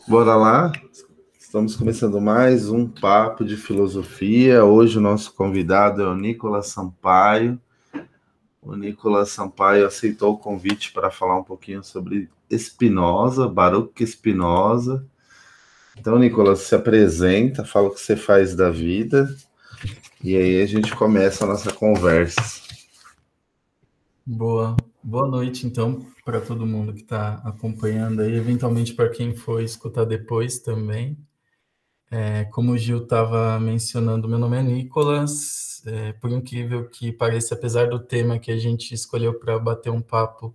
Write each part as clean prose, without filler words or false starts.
Bora lá? Estamos começando mais um papo de filosofia. Hoje o nosso convidado é o Nicolas Sampaio. O Nicolas Sampaio aceitou o convite para falar um pouquinho sobre Spinoza, Baruch Spinoza. Então, Nicolas, se apresenta, fala o que você faz da vida e aí a gente começa a nossa conversa. Boa noite, então, para todo mundo que está acompanhando aí, eventualmente para quem for escutar depois também. Como o Gil estava mencionando, meu nome é Nicolas. Por incrível que pareça, apesar do tema que a gente escolheu para bater um papo,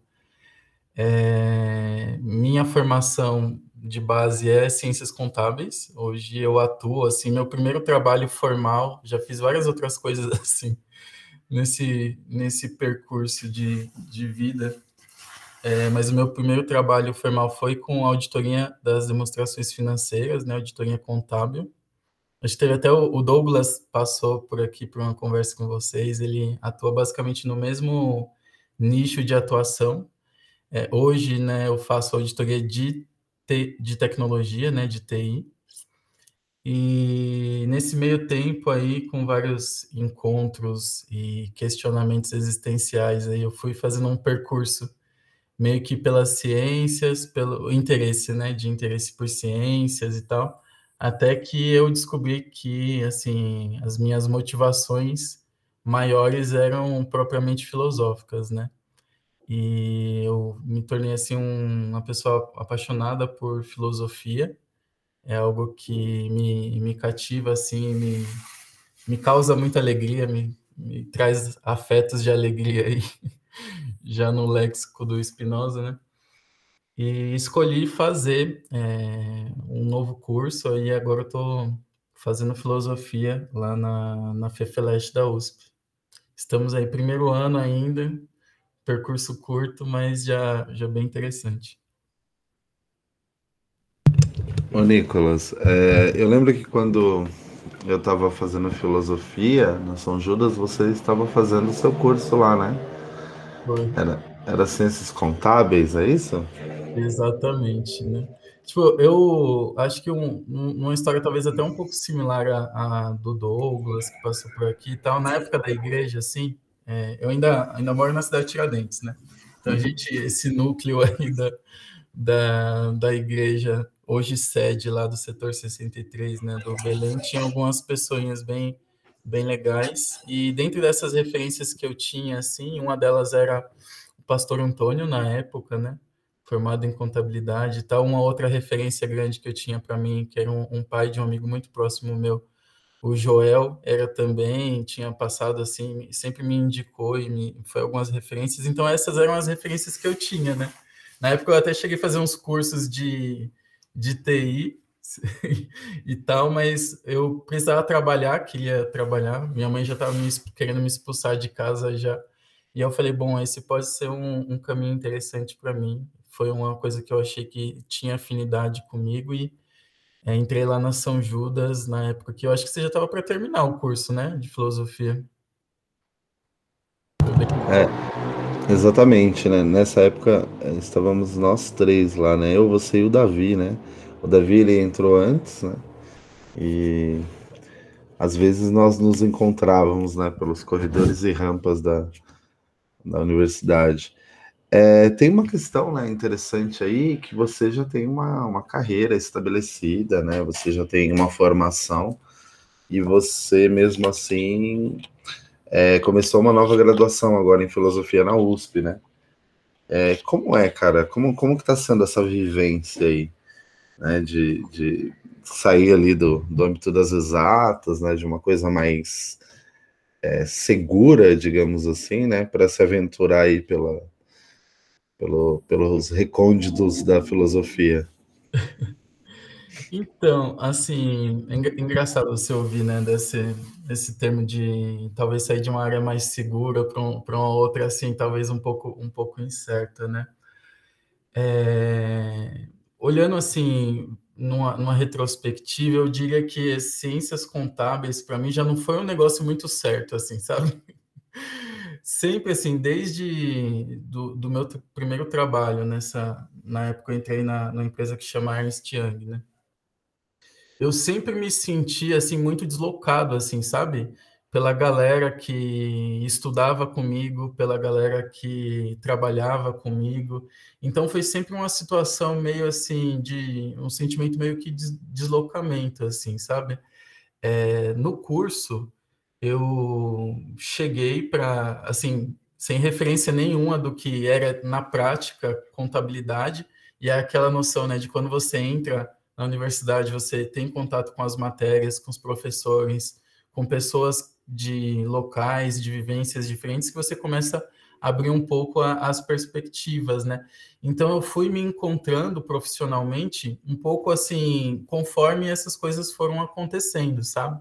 minha formação de base é ciências contábeis. Hoje eu atuo, assim, meu primeiro trabalho formal, já fiz várias outras coisas assim, nesse percurso de vida. Mas o meu primeiro trabalho formal foi com auditoria das demonstrações financeiras, né, auditoria contábil. Acho que teve até o Douglas passou por aqui para uma conversa com vocês. Ele atua basicamente no mesmo nicho de atuação. Hoje, né, eu faço auditoria de tecnologia, né, de TI. E nesse meio tempo aí, com vários encontros e questionamentos existenciais, aí eu fui fazendo um percurso meio que pelas ciências, pelo interesse, né, de interesse por ciências e tal, até que eu descobri que, assim, as minhas motivações maiores eram propriamente filosóficas, né? E eu me tornei, assim, uma pessoa apaixonada por filosofia, é algo que me cativa, assim, me causa muita alegria, me traz afetos de alegria aí, já no léxico do Spinoza, né? E escolhi fazer um novo curso, e agora eu estou fazendo filosofia lá na FEFELESH da USP. Estamos aí, primeiro ano ainda, percurso curto, mas já bem interessante. Ô, Nicolas, eu lembro que quando eu estava fazendo filosofia na São Judas, você estava fazendo o seu curso lá, né? Foi. Era ciências contábeis, é isso? Exatamente, né? Tipo, eu acho que uma história talvez até um pouco similar à do Douglas, que passou por aqui e tal, na época da igreja, assim, eu ainda moro na cidade de Tiradentes, né? Então, esse núcleo aí da igreja, hoje sede lá do setor 63, né, do Belém, tinha algumas pessoinhas bem legais, e dentro dessas referências que eu tinha, assim, uma delas era o pastor Antônio, na época, né, formado em contabilidade e tal. Uma outra referência grande que eu tinha para mim, que era um pai de um amigo muito próximo meu, o Joel, era também, tinha passado assim, sempre me indicou e foi algumas referências. Então essas eram as referências que eu tinha, né? Na época eu até cheguei a fazer uns cursos de TI e tal, mas eu precisava trabalhar, queria trabalhar. Minha mãe já estava querendo me expulsar de casa já. E eu falei, bom, esse pode ser um caminho interessante para mim. Foi uma coisa que eu achei que tinha afinidade comigo e entrei lá na São Judas na época que eu acho que você já estava para terminar o curso, né, de filosofia. Foi bem legal. Exatamente, né? Nessa época estávamos nós três lá, né? Eu, você e o Davi, né? O Davi ele entrou antes, né? E às vezes nós nos encontrávamos, né, pelos corredores e rampas da universidade. Tem uma questão, né, interessante aí que você já tem uma carreira estabelecida, né? Você já tem uma formação e você mesmo assim começou uma nova graduação agora em filosofia na USP, né? Como é, cara? Como que tá sendo essa vivência aí, né? De sair ali do âmbito das exatas, né? De uma coisa mais segura, digamos assim, né? Para se aventurar aí pelos recônditos da filosofia. Então, assim, é engraçado você ouvir, né, desse termo de talvez sair de uma área mais segura para uma outra, assim, talvez um pouco incerta, né? É, olhando assim, numa retrospectiva, eu diria que ciências contábeis, para mim, já não foi um negócio muito certo, assim, sabe? Sempre assim, desde do meu primeiro trabalho na época eu entrei na empresa que chama Ernst Young, né? Eu sempre me senti assim muito deslocado, assim, sabe? Pela galera que estudava comigo, pela galera que trabalhava comigo. Então foi sempre uma situação meio assim de um sentimento meio que de deslocamento, assim, sabe? No curso eu cheguei para assim sem referência nenhuma do que era na prática contabilidade e é aquela noção, né, de quando você entra na universidade, você tem contato com as matérias, com os professores, com pessoas de locais, de vivências diferentes, que você começa a abrir um pouco as perspectivas, né? Então eu fui me encontrando profissionalmente um pouco assim, conforme essas coisas foram acontecendo, sabe?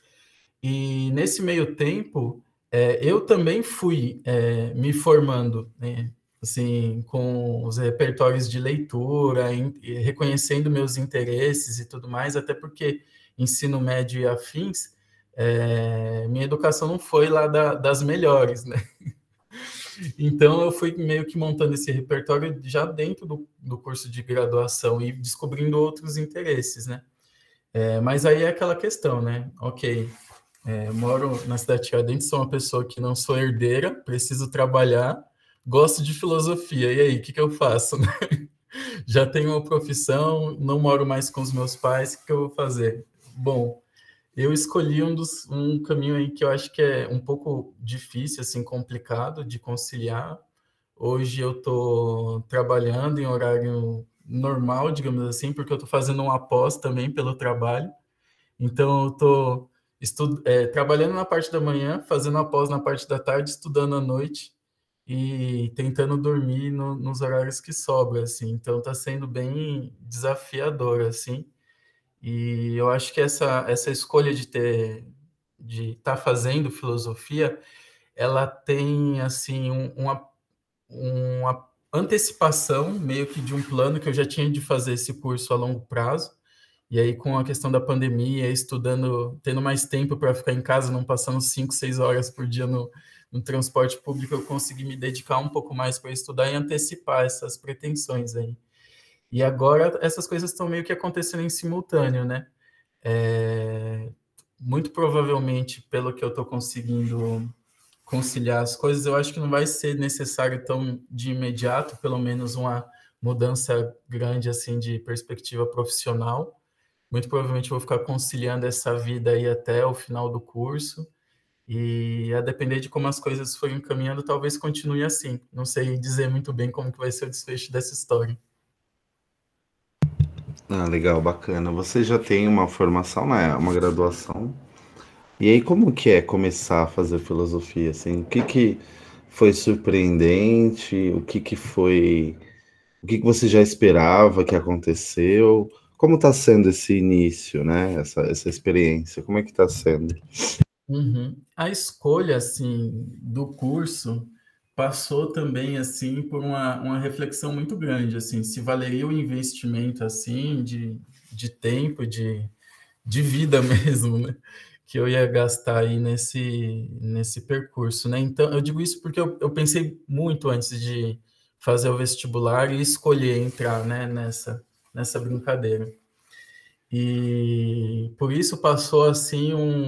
E nesse meio tempo, eu também fui me formando, né? Assim, com os repertórios de leitura, reconhecendo meus interesses e tudo mais, até porque ensino médio e afins, minha educação não foi lá das melhores, né? Então eu fui meio que montando esse repertório já dentro do curso de graduação e descobrindo outros interesses, né? Mas aí é aquela questão, né? Ok, moro na cidade de Tiradentes, sou uma pessoa que não sou herdeira, preciso trabalhar, gosto de filosofia. E aí, o que, que eu faço? Né? Já tenho uma profissão, não moro mais com os meus pais, o que eu vou fazer? Bom, eu escolhi um caminho aí que eu acho que é um pouco difícil, assim, complicado de conciliar. Hoje eu estou trabalhando em horário normal, digamos assim, porque eu estou fazendo uma pós também pelo trabalho. Então, eu estou trabalhando na parte da manhã, fazendo a pós na parte da tarde, estudando à noite e tentando dormir nos horários que sobram, assim. Então, está sendo bem desafiador, assim. E eu acho que essa escolha de estar fazendo filosofia, ela tem, assim, uma antecipação, meio que de um plano que eu já tinha de fazer esse curso a longo prazo. E aí, com a questão da pandemia, estudando, tendo mais tempo para ficar em casa, não passando 5, 6 horas por dia no transporte público, eu consegui me dedicar um pouco mais para estudar e antecipar essas pretensões aí. E agora, essas coisas estão meio que acontecendo em simultâneo, né? Muito provavelmente, pelo que eu estou conseguindo conciliar as coisas, eu acho que não vai ser necessário tão de imediato, pelo menos uma mudança grande assim de perspectiva profissional. Muito provavelmente vou ficar conciliando essa vida aí até o final do curso. E a depender de como as coisas forem caminhando, talvez continue assim. Não sei dizer muito bem como que vai ser o desfecho dessa história. Ah, legal, bacana. Você já tem uma formação, né? Uma graduação. E aí, como que é começar a fazer filosofia, assim? O que que foi surpreendente? O que que você já esperava que aconteceu? Como está sendo esse início, né? Essa experiência, como é que está sendo? Uhum. A escolha assim do curso passou também assim por uma reflexão muito grande assim se valeria o investimento assim de tempo de vida mesmo, né? Que eu ia gastar aí nesse percurso, né? Então, eu digo isso porque eu pensei muito antes de fazer o vestibular e escolher entrar, né, nessa brincadeira. E por isso passou assim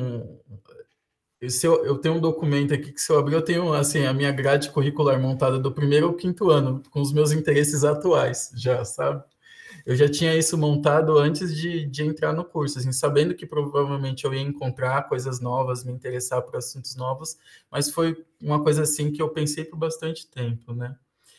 se eu tenho um documento aqui que se eu abrir, eu tenho assim a minha grade curricular montada do primeiro ao quinto ano, com os meus interesses atuais, já, sabe? Eu já tinha isso montado antes de entrar no curso, assim, sabendo que provavelmente eu ia encontrar coisas novas, me interessar por assuntos novos, mas foi uma coisa assim que eu pensei por bastante tempo, né?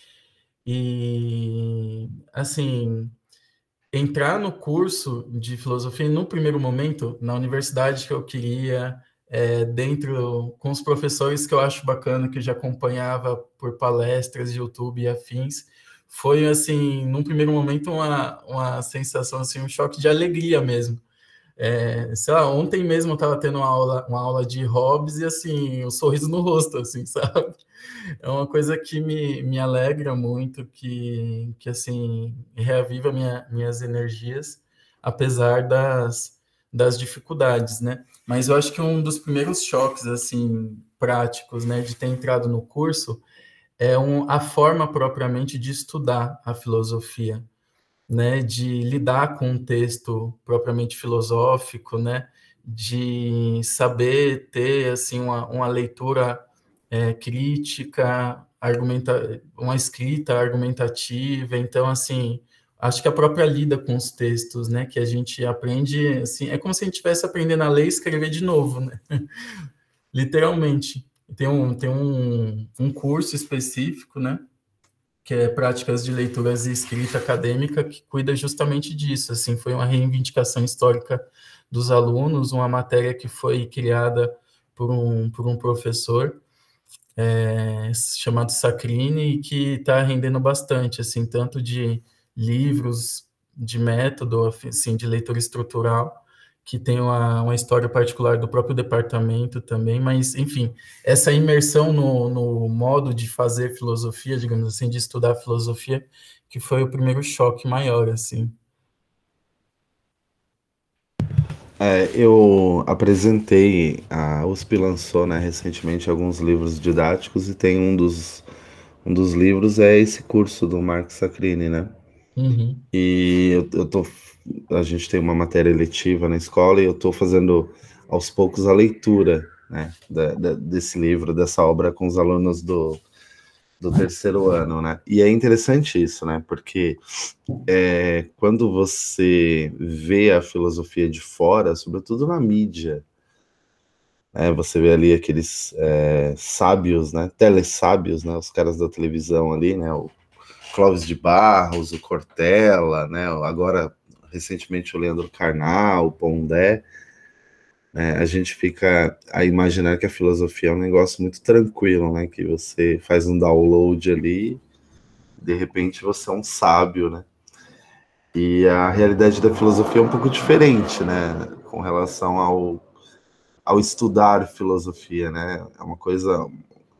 E, assim, entrar no curso de filosofia, no primeiro momento, na universidade que eu queria, dentro, com os professores que eu acho bacana, que eu já acompanhava por palestras de YouTube e afins, foi, assim, num primeiro momento, uma sensação, assim, um choque de alegria mesmo. Sei lá, ontem mesmo eu estava tendo uma aula de hobbies e, assim, o sorriso no rosto, assim, sabe? É uma coisa que me alegra muito, que assim, reaviva minhas energias, apesar das dificuldades, né? Mas eu acho que um dos primeiros choques, assim, práticos, né, de ter entrado no curso a forma propriamente de estudar a filosofia, né, de lidar com um texto propriamente filosófico, né, de saber ter assim uma leitura crítica, uma escrita argumentativa. Então, assim, acho que a própria lida com os textos, né, que a gente aprende, assim, é como se a gente estivesse aprendendo a ler e escrever de novo, né? Literalmente. Tem um curso específico, né, que é Práticas de Leituras e Escrita Acadêmica, que cuida justamente disso. Assim, foi uma reivindicação histórica dos alunos, uma matéria que foi criada por um professor chamado Sacrini, e que está rendendo bastante, assim, tanto de livros, de método, assim, de leitura estrutural, que tem uma história particular do próprio departamento também, mas, enfim, essa imersão no modo de fazer filosofia, digamos assim, de estudar filosofia, que foi o primeiro choque maior, assim. Eu apresentei, a USP lançou, né, recentemente alguns livros didáticos e tem um dos livros é esse curso do Mark Sacrini, né? Uhum. E a gente tem uma matéria eletiva na escola e eu estou fazendo aos poucos a leitura, né, desse livro, dessa obra com os alunos do terceiro ano, né? E é interessante isso, né? Porque quando você vê a filosofia de fora, sobretudo na mídia, você vê ali aqueles sábios, né? Telesábios, né? Os caras da televisão ali, né? O Clóvis de Barros, o Cortella, né? Agora, recentemente, o Leandro Carnal, o Pondé, né? A gente fica a imaginar que a filosofia é um negócio muito tranquilo, né? Que você faz um download ali, de repente você é um sábio, né? E a realidade da filosofia é um pouco diferente, né? Com relação ao estudar filosofia, né? É uma coisa.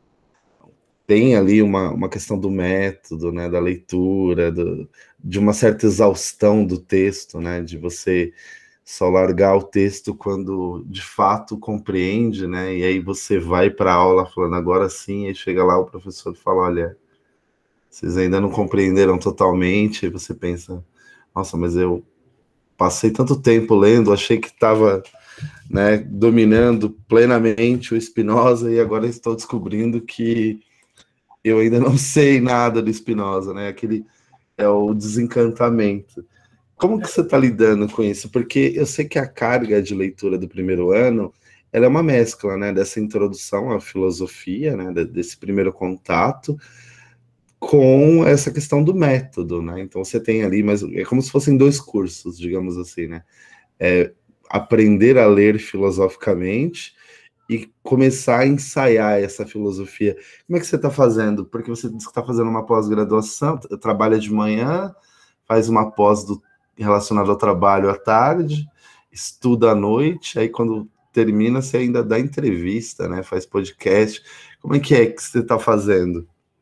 Tem ali uma questão do método, né? Da leitura, de uma certa exaustão do texto, né? De você só largar o texto quando de fato compreende, né? E aí você vai para a aula falando agora sim, e chega lá o professor fala: olha, vocês ainda não compreenderam totalmente, e você pensa, nossa, mas eu passei tanto tempo lendo, achei que estava, né, dominando plenamente o Spinoza e agora estou descobrindo que eu ainda não sei nada do Spinoza, né? Aquele é o desencantamento. Como que você está lidando com isso? Porque eu sei que a carga de leitura do primeiro ano ela é uma mescla, né, dessa introdução à filosofia, né, desse primeiro contato, com essa questão do método, né? Então você tem ali, mas é como se fossem dois cursos, digamos assim, né? Aprender a ler filosoficamente e começar a ensaiar essa filosofia. Como é que você está fazendo? Porque você disse que está fazendo uma pós-graduação, trabalha de manhã, faz uma pós relacionada ao trabalho à tarde, estuda à noite, aí quando termina você ainda dá entrevista, né? Faz podcast. Como é que você está fazendo?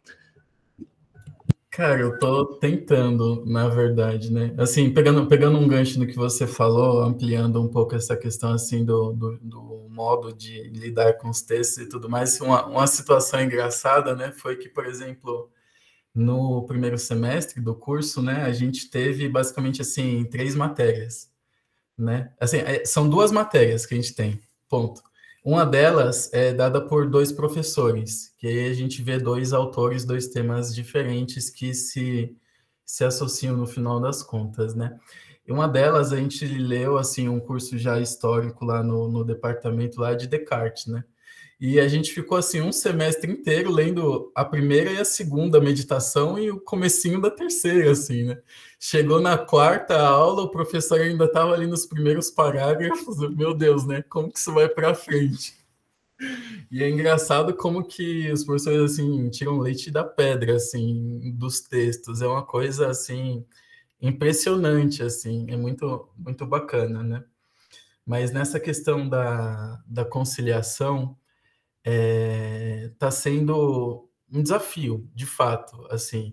Cara, eu tô tentando, na verdade, né? Assim, pegando um gancho no que você falou, ampliando um pouco essa questão, assim, do modo de lidar com os textos e tudo mais, uma situação engraçada, né, foi que, por exemplo, no primeiro semestre do curso, né, a gente teve, basicamente, assim, 3 matérias, né? Assim, são 2 matérias que a gente tem, ponto. Uma delas é dada por 2 professores, que aí a gente vê 2 autores, 2 temas diferentes que se associam no final das contas, né? E uma delas a gente leu, assim, um curso já histórico lá no departamento lá de Descartes, né? E a gente ficou assim um semestre inteiro lendo a primeira e a segunda meditação e o comecinho da terceira, assim, né? Chegou na quarta aula, o professor ainda estava ali nos primeiros parágrafos. Meu Deus, né? Como que isso vai para frente? E é engraçado como que os professores assim tiram leite da pedra assim dos textos. É uma coisa assim impressionante, assim. É muito muito bacana, né? Mas nessa questão da conciliação está sendo um desafio, de fato, assim.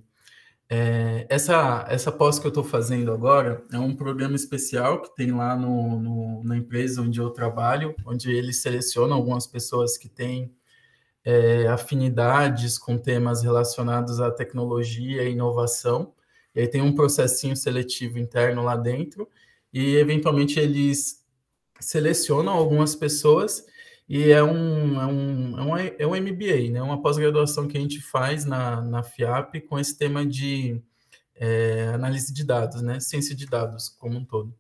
Essa pós que eu estou fazendo agora é um programa especial que tem lá na empresa onde eu trabalho, onde eles selecionam algumas pessoas que têm afinidades com temas relacionados à tecnologia e inovação, e aí tem um processinho seletivo interno lá dentro, e eventualmente eles selecionam algumas pessoas, e é um MBA, né? Uma pós-graduação que a gente faz na FIAP com esse tema de análise de dados, né? Ciência de dados como um todo.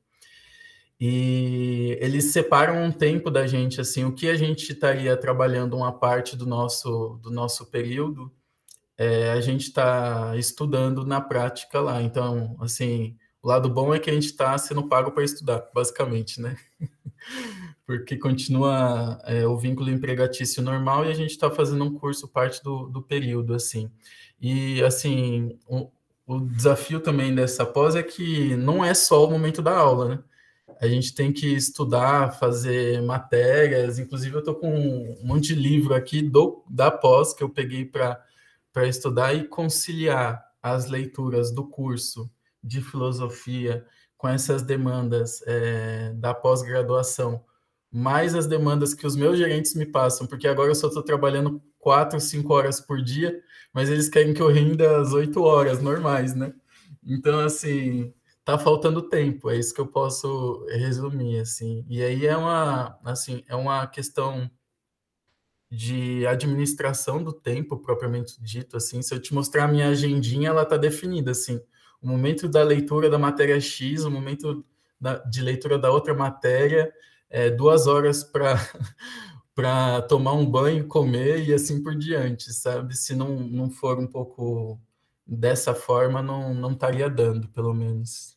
E eles separam um tempo da gente, assim, o que a gente estaria trabalhando uma parte do nosso período, a gente está estudando na prática lá. Então, assim, o lado bom é que a gente está sendo pago para estudar, basicamente, né? Porque continua o vínculo empregatício normal e a gente está fazendo um curso parte do período, assim. E, assim, o desafio também dessa pós é que não é só o momento da aula, né? A gente tem que estudar, fazer matérias. Inclusive, eu estou com um monte de livro aqui da pós que eu peguei para estudar e conciliar as leituras do curso de filosofia com essas demandas da pós-graduação, mais as demandas que os meus gerentes me passam, porque agora eu só estou trabalhando 4, 5 horas por dia, mas eles querem que eu renda as 8 horas normais, né? Então, assim, tá faltando tempo, é isso que eu posso resumir, assim. E aí é uma questão de administração do tempo, propriamente dito, assim. Se eu te mostrar a minha agendinha, ela tá definida, assim. O momento da leitura da matéria X, o momento de leitura da outra matéria, 2 horas para para tomar um banho, comer e assim por diante, sabe? Se não for um pouco dessa forma, não estaria dando, pelo menos.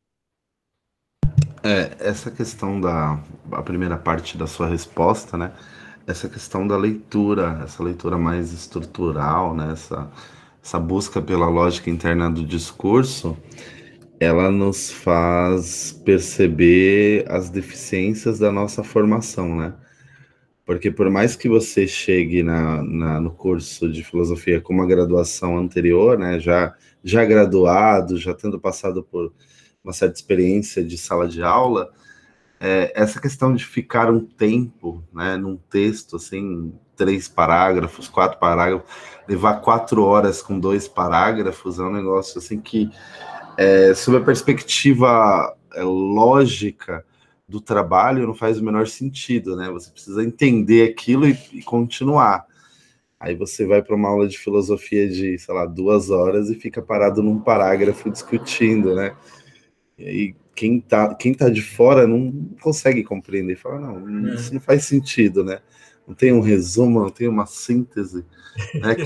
Essa questão a primeira parte da sua resposta, né? Essa questão da leitura, essa leitura mais estrutural, né? Essa busca pela lógica interna do discurso, ela nos faz perceber as deficiências da nossa formação, né? Porque por mais que você chegue no curso de filosofia com uma graduação anterior, né? Já graduado, já tendo passado por uma certa experiência de sala de aula, essa questão de ficar um tempo, né, num texto, assim, 3 parágrafos, 4 parágrafos, levar 4 horas com 2 parágrafos, é um negócio, assim, que, sob a perspectiva lógica do trabalho, não faz o menor sentido, né? Você precisa entender aquilo e continuar. Aí você vai para uma aula de filosofia de, sei lá, 2 horas e fica parado num parágrafo discutindo, né? E aí quem tá de fora não consegue compreender, fala, não, isso não faz sentido, né? Não tem um resumo, não tem uma síntese, né?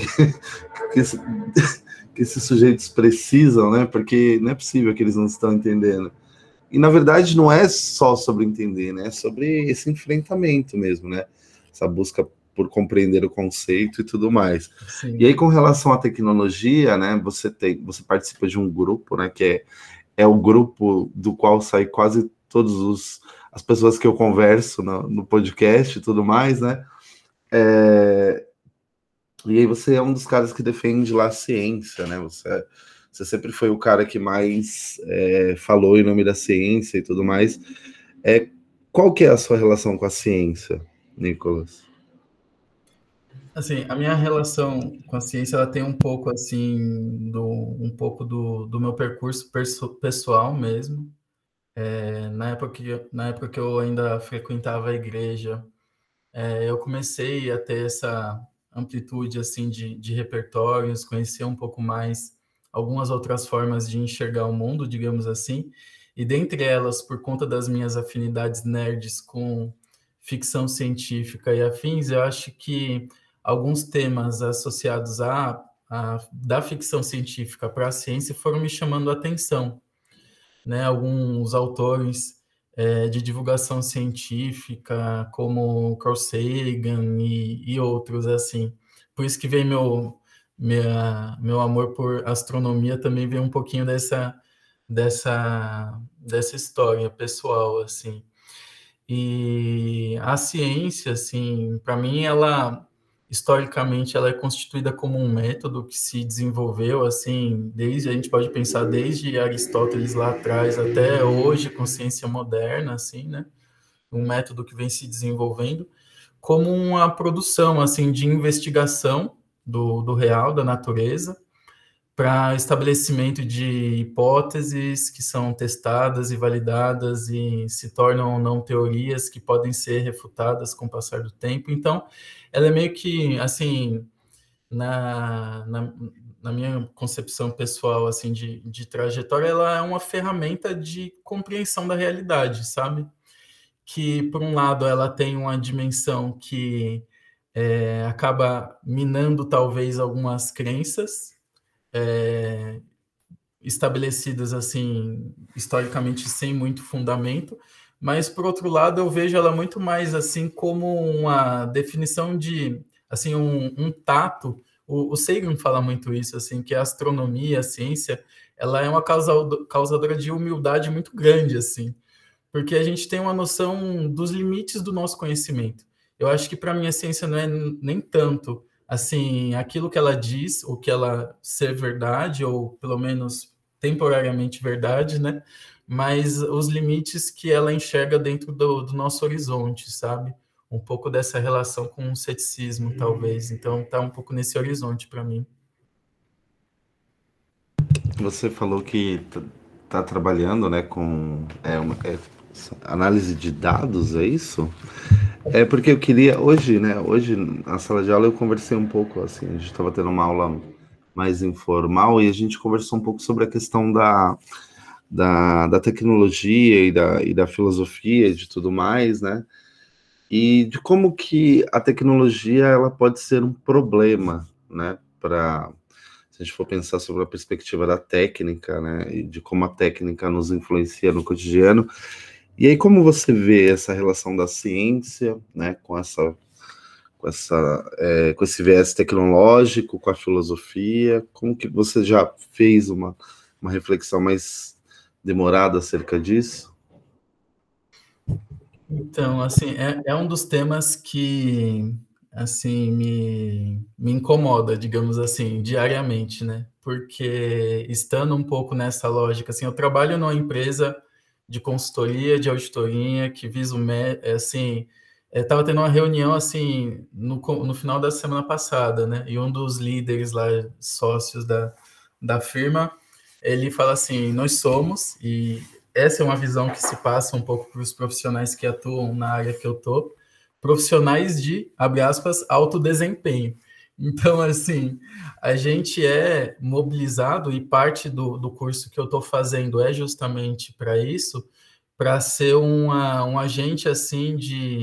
Que esses sujeitos precisam, né? Porque não é possível que eles não estão entendendo. E, na verdade, não é só sobre entender, né? É sobre esse enfrentamento mesmo, né? Essa busca por compreender o conceito e tudo mais. Sim. E aí, com relação à tecnologia, né? Você participa de um grupo, né? Que é o grupo do qual sai quase todas as pessoas que eu converso no podcast e tudo mais, né? E aí você é um dos caras que defende lá a ciência, né? Você sempre foi o cara que mais falou em nome da ciência e tudo mais. Qual que é a sua relação com a ciência, Nicolas? Assim, a minha relação com a ciência, ela tem um pouco, assim, do meu percurso pessoal mesmo. Na época que eu ainda frequentava a igreja, eu comecei a ter essa amplitude, assim, de repertórios, conhecer um pouco mais algumas outras formas de enxergar o mundo, digamos assim, e dentre elas, por conta das minhas afinidades nerds com ficção científica e afins, eu acho que alguns temas associados da ficção científica para a ciência foram me chamando a atenção, né? Alguns autores de divulgação científica, como Carl Sagan e outros, assim. Por isso que vem meu amor por astronomia, também vem um pouquinho dessa história pessoal, assim. E a ciência, assim, para mim, historicamente, ela é constituída como um método que se desenvolveu, assim, a gente pode pensar desde Aristóteles lá atrás até hoje, com ciência moderna, assim, né? Um método que vem se desenvolvendo, como uma produção assim de investigação do real, da natureza, para estabelecimento de hipóteses que são testadas e validadas e se tornam ou não teorias que podem ser refutadas com o passar do tempo. Então, ela é meio que, assim, na minha concepção pessoal, assim, de trajetória, ela é uma ferramenta de compreensão da realidade, sabe? Que, por um lado, ela tem uma dimensão que acaba minando, talvez, algumas crenças, estabelecidas assim historicamente sem muito fundamento, mas por outro lado eu vejo ela muito mais assim como uma definição de assim um tato. O Sagan fala muito isso assim, que a astronomia, a ciência, ela é uma causadora de humildade muito grande assim, porque a gente tem uma noção dos limites do nosso conhecimento. Eu acho que para mim a ciência não é nem tanto assim aquilo que ela diz, ou que ela ser verdade, ou pelo menos temporariamente verdade, né? Mas os limites que ela enxerga dentro do nosso horizonte, sabe? Um pouco dessa relação com o ceticismo, talvez. Então, tá um pouco nesse horizonte para mim. Você falou que tá trabalhando, né, com análise de dados, é isso? É porque eu queria hoje, né? Hoje na sala de aula eu conversei um pouco assim, a gente estava tendo uma aula mais informal e a gente conversou um pouco sobre a questão da tecnologia e da filosofia e de tudo mais, né? E de como que a tecnologia ela pode ser um problema, né? Para se a gente for pensar sobre a perspectiva da técnica, né? E de como a técnica nos influencia no cotidiano. E aí, como você vê essa relação da ciência, né, com esse viés tecnológico, com a filosofia? Como que você já fez uma reflexão mais demorada acerca disso? Então, assim, é um dos temas que, assim, me incomoda, digamos assim, diariamente, né? Porque estando um pouco nessa lógica, assim, eu trabalho numa empresa de consultoria, de auditoria, que visa assim, estava tendo uma reunião, assim, no final da semana passada, né? E um dos líderes lá, sócios da firma, ele fala assim, nós somos, e essa é uma visão que se passa um pouco para os profissionais que atuam na área que eu estou, profissionais de, abre aspas, alto desempenho. Então, assim, a gente é mobilizado e parte do curso que eu estou fazendo é justamente para isso, para ser um agente, assim,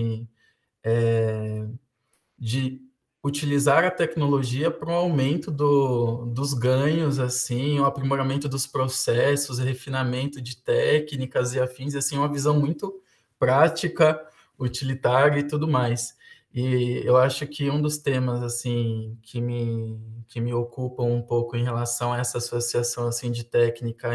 de utilizar a tecnologia para o aumento dos ganhos, assim, o aprimoramento dos processos, refinamento de técnicas e afins, assim, uma visão muito prática, utilitária e tudo mais. E eu acho que um dos temas, assim, que me ocupam um pouco em relação a essa associação, assim, de técnica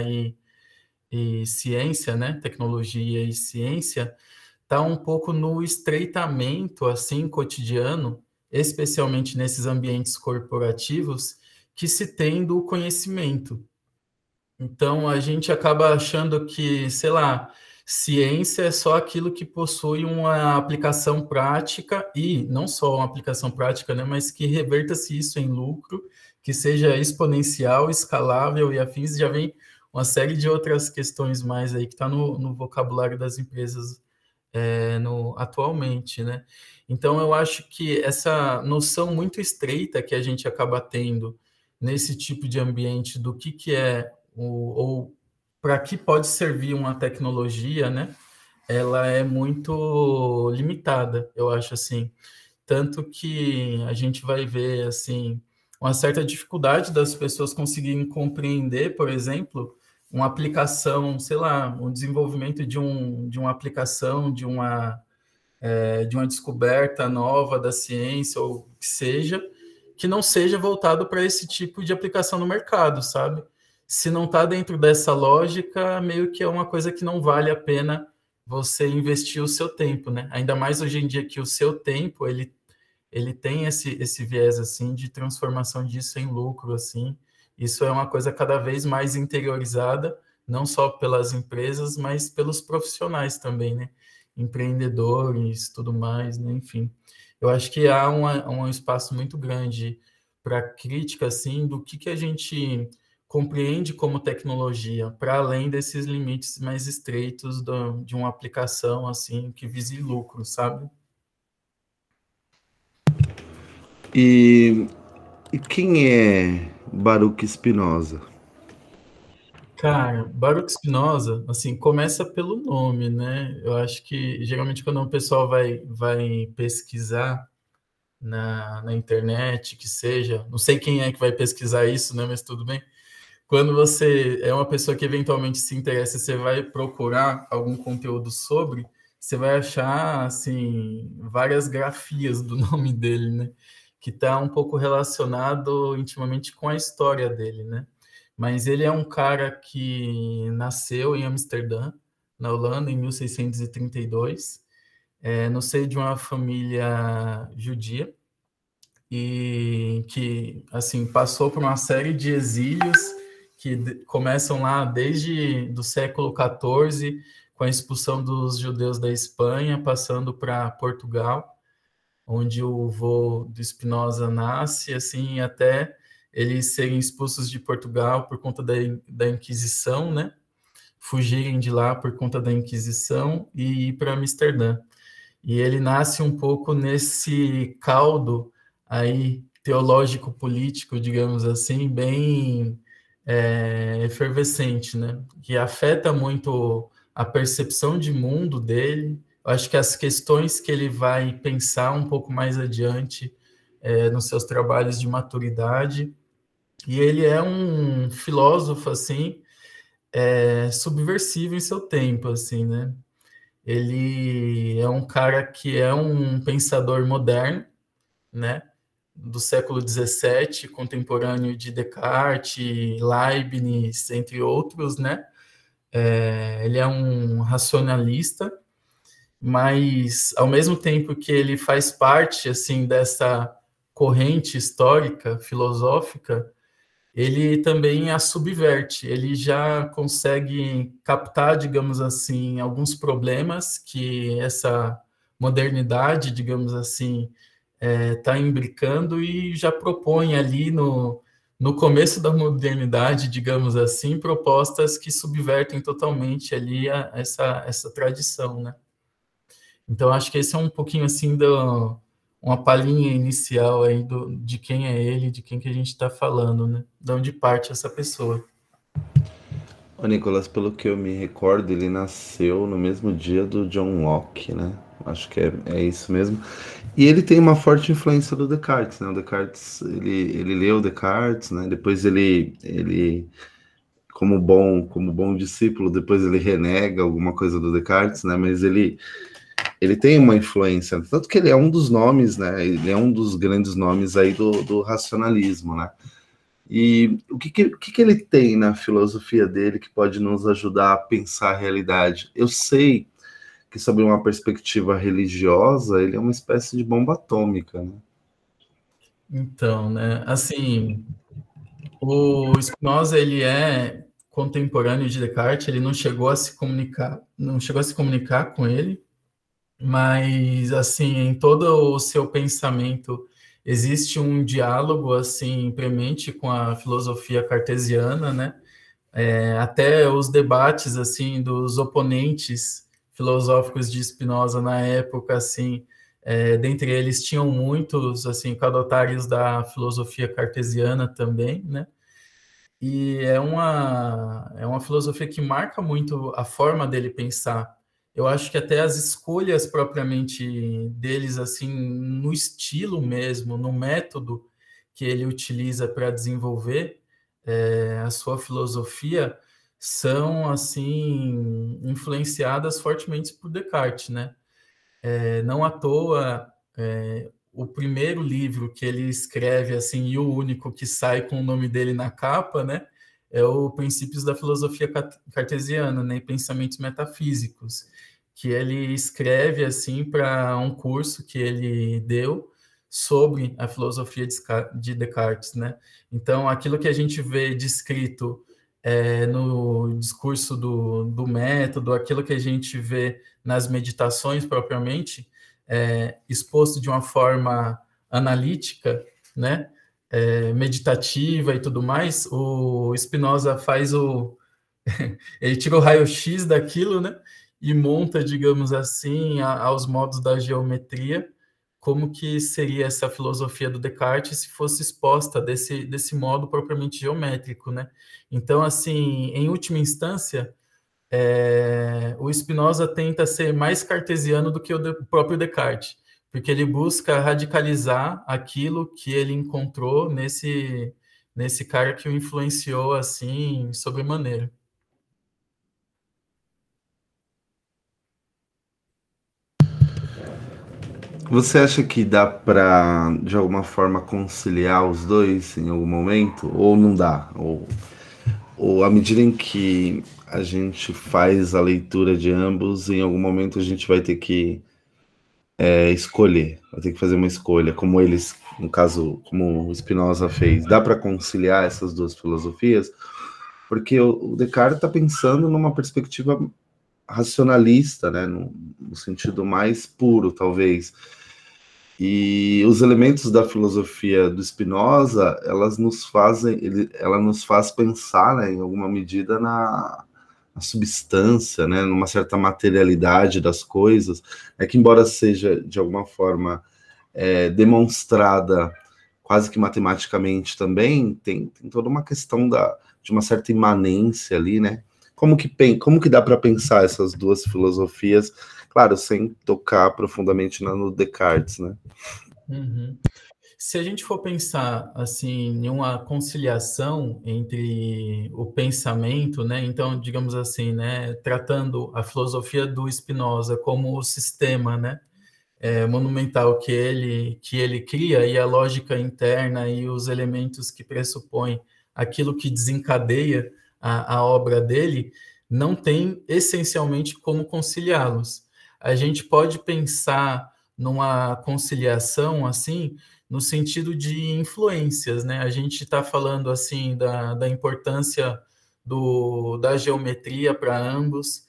e ciência, né, tecnologia e ciência, está um pouco no estreitamento assim cotidiano, especialmente nesses ambientes corporativos, que se tem do conhecimento. Então a gente acaba achando que, sei lá, ciência é só aquilo que possui uma aplicação prática e não só uma aplicação prática, né, mas que reverta-se isso em lucro, que seja exponencial, escalável e afins. Já vem uma série de outras questões mais aí que está no vocabulário das empresas atualmente, né? Então, eu acho que essa noção muito estreita que a gente acaba tendo nesse tipo de ambiente do que é ou para que pode servir uma tecnologia, né? Ela é muito limitada, eu acho assim. Tanto que a gente vai ver, assim, uma certa dificuldade das pessoas conseguirem compreender, por exemplo, uma aplicação, sei lá, um desenvolvimento de uma aplicação, de uma descoberta nova da ciência, ou que não seja voltado para esse tipo de aplicação no mercado, sabe? Se não está dentro dessa lógica, meio que é uma coisa que não vale a pena você investir o seu tempo, né? Ainda mais hoje em dia que o seu tempo, ele tem esse viés, assim, de transformação disso em lucro, assim. Isso é uma coisa cada vez mais interiorizada, não só pelas empresas, mas pelos profissionais também, né? Empreendedores, tudo mais, né? Enfim. eu acho que há um espaço muito grande para crítica, assim, do que a gente compreende como tecnologia, para além desses limites mais estreitos de uma aplicação, assim, que vise lucro, sabe? E, e quem é Baruch Spinoza? Cara, Baruch Spinoza, assim, começa pelo nome, né? Eu acho que geralmente quando o pessoal vai pesquisar na internet, que seja, não sei quem é que vai pesquisar isso, né? Mas tudo bem. Quando você é uma pessoa que eventualmente se interessa, você vai procurar algum conteúdo sobre, você vai achar, assim, várias grafias do nome dele, né? Que está um pouco relacionado intimamente com a história dele, né? Mas ele é um cara que nasceu em Amsterdã, na Holanda, em 1632, no seio de uma família judia, e que, assim, passou por uma série de exílios que começam lá desde do século XIV, com a expulsão dos judeus da Espanha, passando para Portugal, onde o vô do Spinoza nasce, assim, até eles serem expulsos de Portugal por conta da Inquisição, né? Fugirem de lá por conta da Inquisição e ir para Amsterdã. E ele nasce um pouco nesse caldo aí teológico-político, digamos assim, bem efervescente, né? Que afeta muito a percepção de mundo dele. Eu acho que as questões que ele vai pensar um pouco mais adiante nos seus trabalhos de maturidade. E ele é um filósofo, assim, subversivo em seu tempo, assim, né? Ele é um cara que é um pensador moderno, né? Do século XVII, contemporâneo de Descartes, Leibniz, entre outros, né? Ele é um racionalista, mas ao mesmo tempo que ele faz parte assim dessa corrente histórica, filosófica, ele também a subverte, ele já consegue captar, digamos assim, alguns problemas que essa modernidade, digamos assim, está imbricando e já propõe ali no começo da modernidade, digamos assim, propostas que subvertem totalmente ali essa tradição, né? Então, acho que esse é um pouquinho assim uma palhinha inicial aí de quem é ele, de quem que a gente está falando, né? De onde parte essa pessoa. O Nicolas, pelo que eu me recordo, ele nasceu no mesmo dia do John Locke, né? Acho que é isso mesmo. E ele tem uma forte influência do Descartes, né? O Descartes, ele leu Descartes, né? Depois ele como bom discípulo, depois ele renega alguma coisa do Descartes, né? Mas ele tem uma influência, tanto que ele é um dos nomes, né? Ele é um dos grandes nomes aí do racionalismo, né? E o que ele tem na filosofia dele que pode nos ajudar a pensar a realidade? Eu sei que, sob uma perspectiva religiosa, ele é uma espécie de bomba atômica, né? Então, né? Assim, o Spinoza ele é contemporâneo de Descartes. Ele não chegou a se comunicar, não chegou a se comunicar com ele, mas assim, em todo o seu pensamento existe um diálogo assim premente com a filosofia cartesiana, né? Até os debates assim dos oponentes filosóficos de Spinoza na época, assim, dentre eles tinham muitos assim caudatários da filosofia cartesiana também, né? E é uma filosofia que marca muito a forma dele pensar. Eu acho que até as escolhas propriamente deles, assim, no estilo mesmo, no método que ele utiliza para desenvolver a sua filosofia, são, assim, influenciadas fortemente por Descartes, né? Não à toa, o primeiro livro que ele escreve, assim, e o único que sai com o nome dele na capa, né, é o Princípios da Filosofia Cartesiana, né, e Pensamentos Metafísicos, que ele escreve, assim, para um curso que ele deu sobre a filosofia de Descartes, né? Então, aquilo que a gente vê descrito no discurso do método, aquilo que a gente vê nas meditações propriamente, exposto de uma forma analítica, né, meditativa e tudo mais, o Spinoza faz ele tira o raio-x daquilo, né, e monta, digamos assim, aos modos da geometria, como que seria essa filosofia do Descartes se fosse exposta desse modo propriamente geométrico, né? Então, assim, em última instância, o Spinoza tenta ser mais cartesiano do que o próprio Descartes, porque ele busca radicalizar aquilo que ele encontrou nesse cara que o influenciou assim sobremaneira. Você acha que dá para, de alguma forma, conciliar os dois em algum momento? Ou não dá? Ou à medida em que a gente faz a leitura de ambos, em algum momento a gente vai ter que escolher, vai ter que fazer uma escolha, como eles, no caso, como o Spinoza fez. Dá para conciliar essas duas filosofias? Porque o Descartes está pensando numa perspectiva racionalista, né, no sentido mais puro, talvez. E os elementos da filosofia do Spinoza, ela nos faz pensar, né, em alguma medida na substância, né, numa certa materialidade das coisas, é que embora seja de alguma forma demonstrada quase que matematicamente também, tem toda uma questão de uma certa imanência ali, né? Como que dá para pensar essas duas filosofias, claro, sem tocar profundamente no Descartes, né? Uhum. Se a gente for pensar assim em uma conciliação entre o pensamento, né, então digamos assim, né, tratando a filosofia do Spinoza como o sistema, né, monumental que ele cria e a lógica interna e os elementos que pressupõem aquilo que desencadeia a obra dele, não tem essencialmente como conciliá-los. A gente pode pensar numa conciliação assim, no sentido de influências, né? A gente está falando assim da importância da geometria para ambos,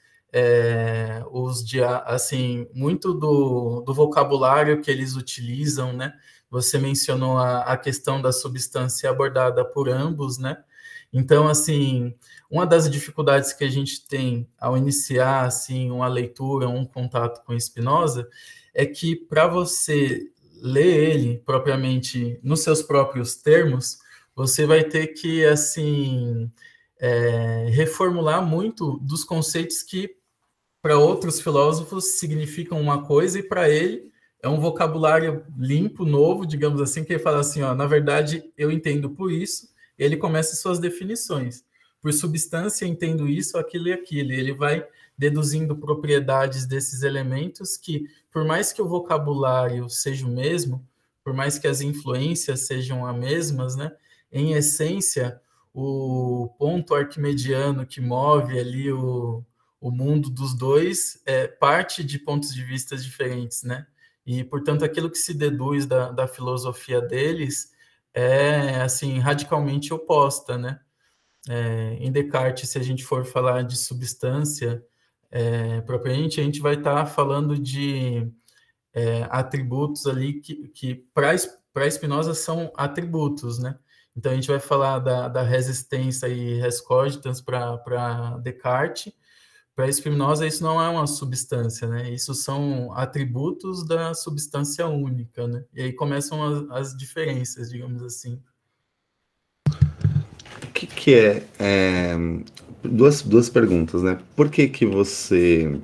assim, muito do vocabulário que eles utilizam, né? Você mencionou a questão da substância abordada por ambos, né? Então, assim, uma das dificuldades que a gente tem ao iniciar, assim, uma leitura, um contato com Spinoza, é que para você ler ele propriamente nos seus próprios termos, você vai ter que, assim, reformular muito dos conceitos que para outros filósofos significam uma coisa e para ele é um vocabulário limpo, novo, digamos assim, que ele fala assim, ó, na verdade eu entendo por isso, ele começa suas definições. Por substância entendo isso, aquilo e aquilo. E ele vai deduzindo propriedades desses elementos que, por mais que o vocabulário seja o mesmo, por mais que as influências sejam as mesmas, né, em essência, o ponto arquimediano que move ali o mundo dos dois parte de pontos de vista diferentes, né? E, portanto, aquilo que se deduz da filosofia deles é, assim, radicalmente oposta, né? Em Descartes, se a gente for falar de substância propriamente, a gente vai estar falando de atributos ali que para Spinoza são atributos, né? Então, a gente vai falar da resistência e res cogitans para Descartes. Para Spinoza, isso não é uma substância, né? Isso são atributos da substância única, né? E aí começam as diferenças, digamos assim. O que duas perguntas, né? Por que você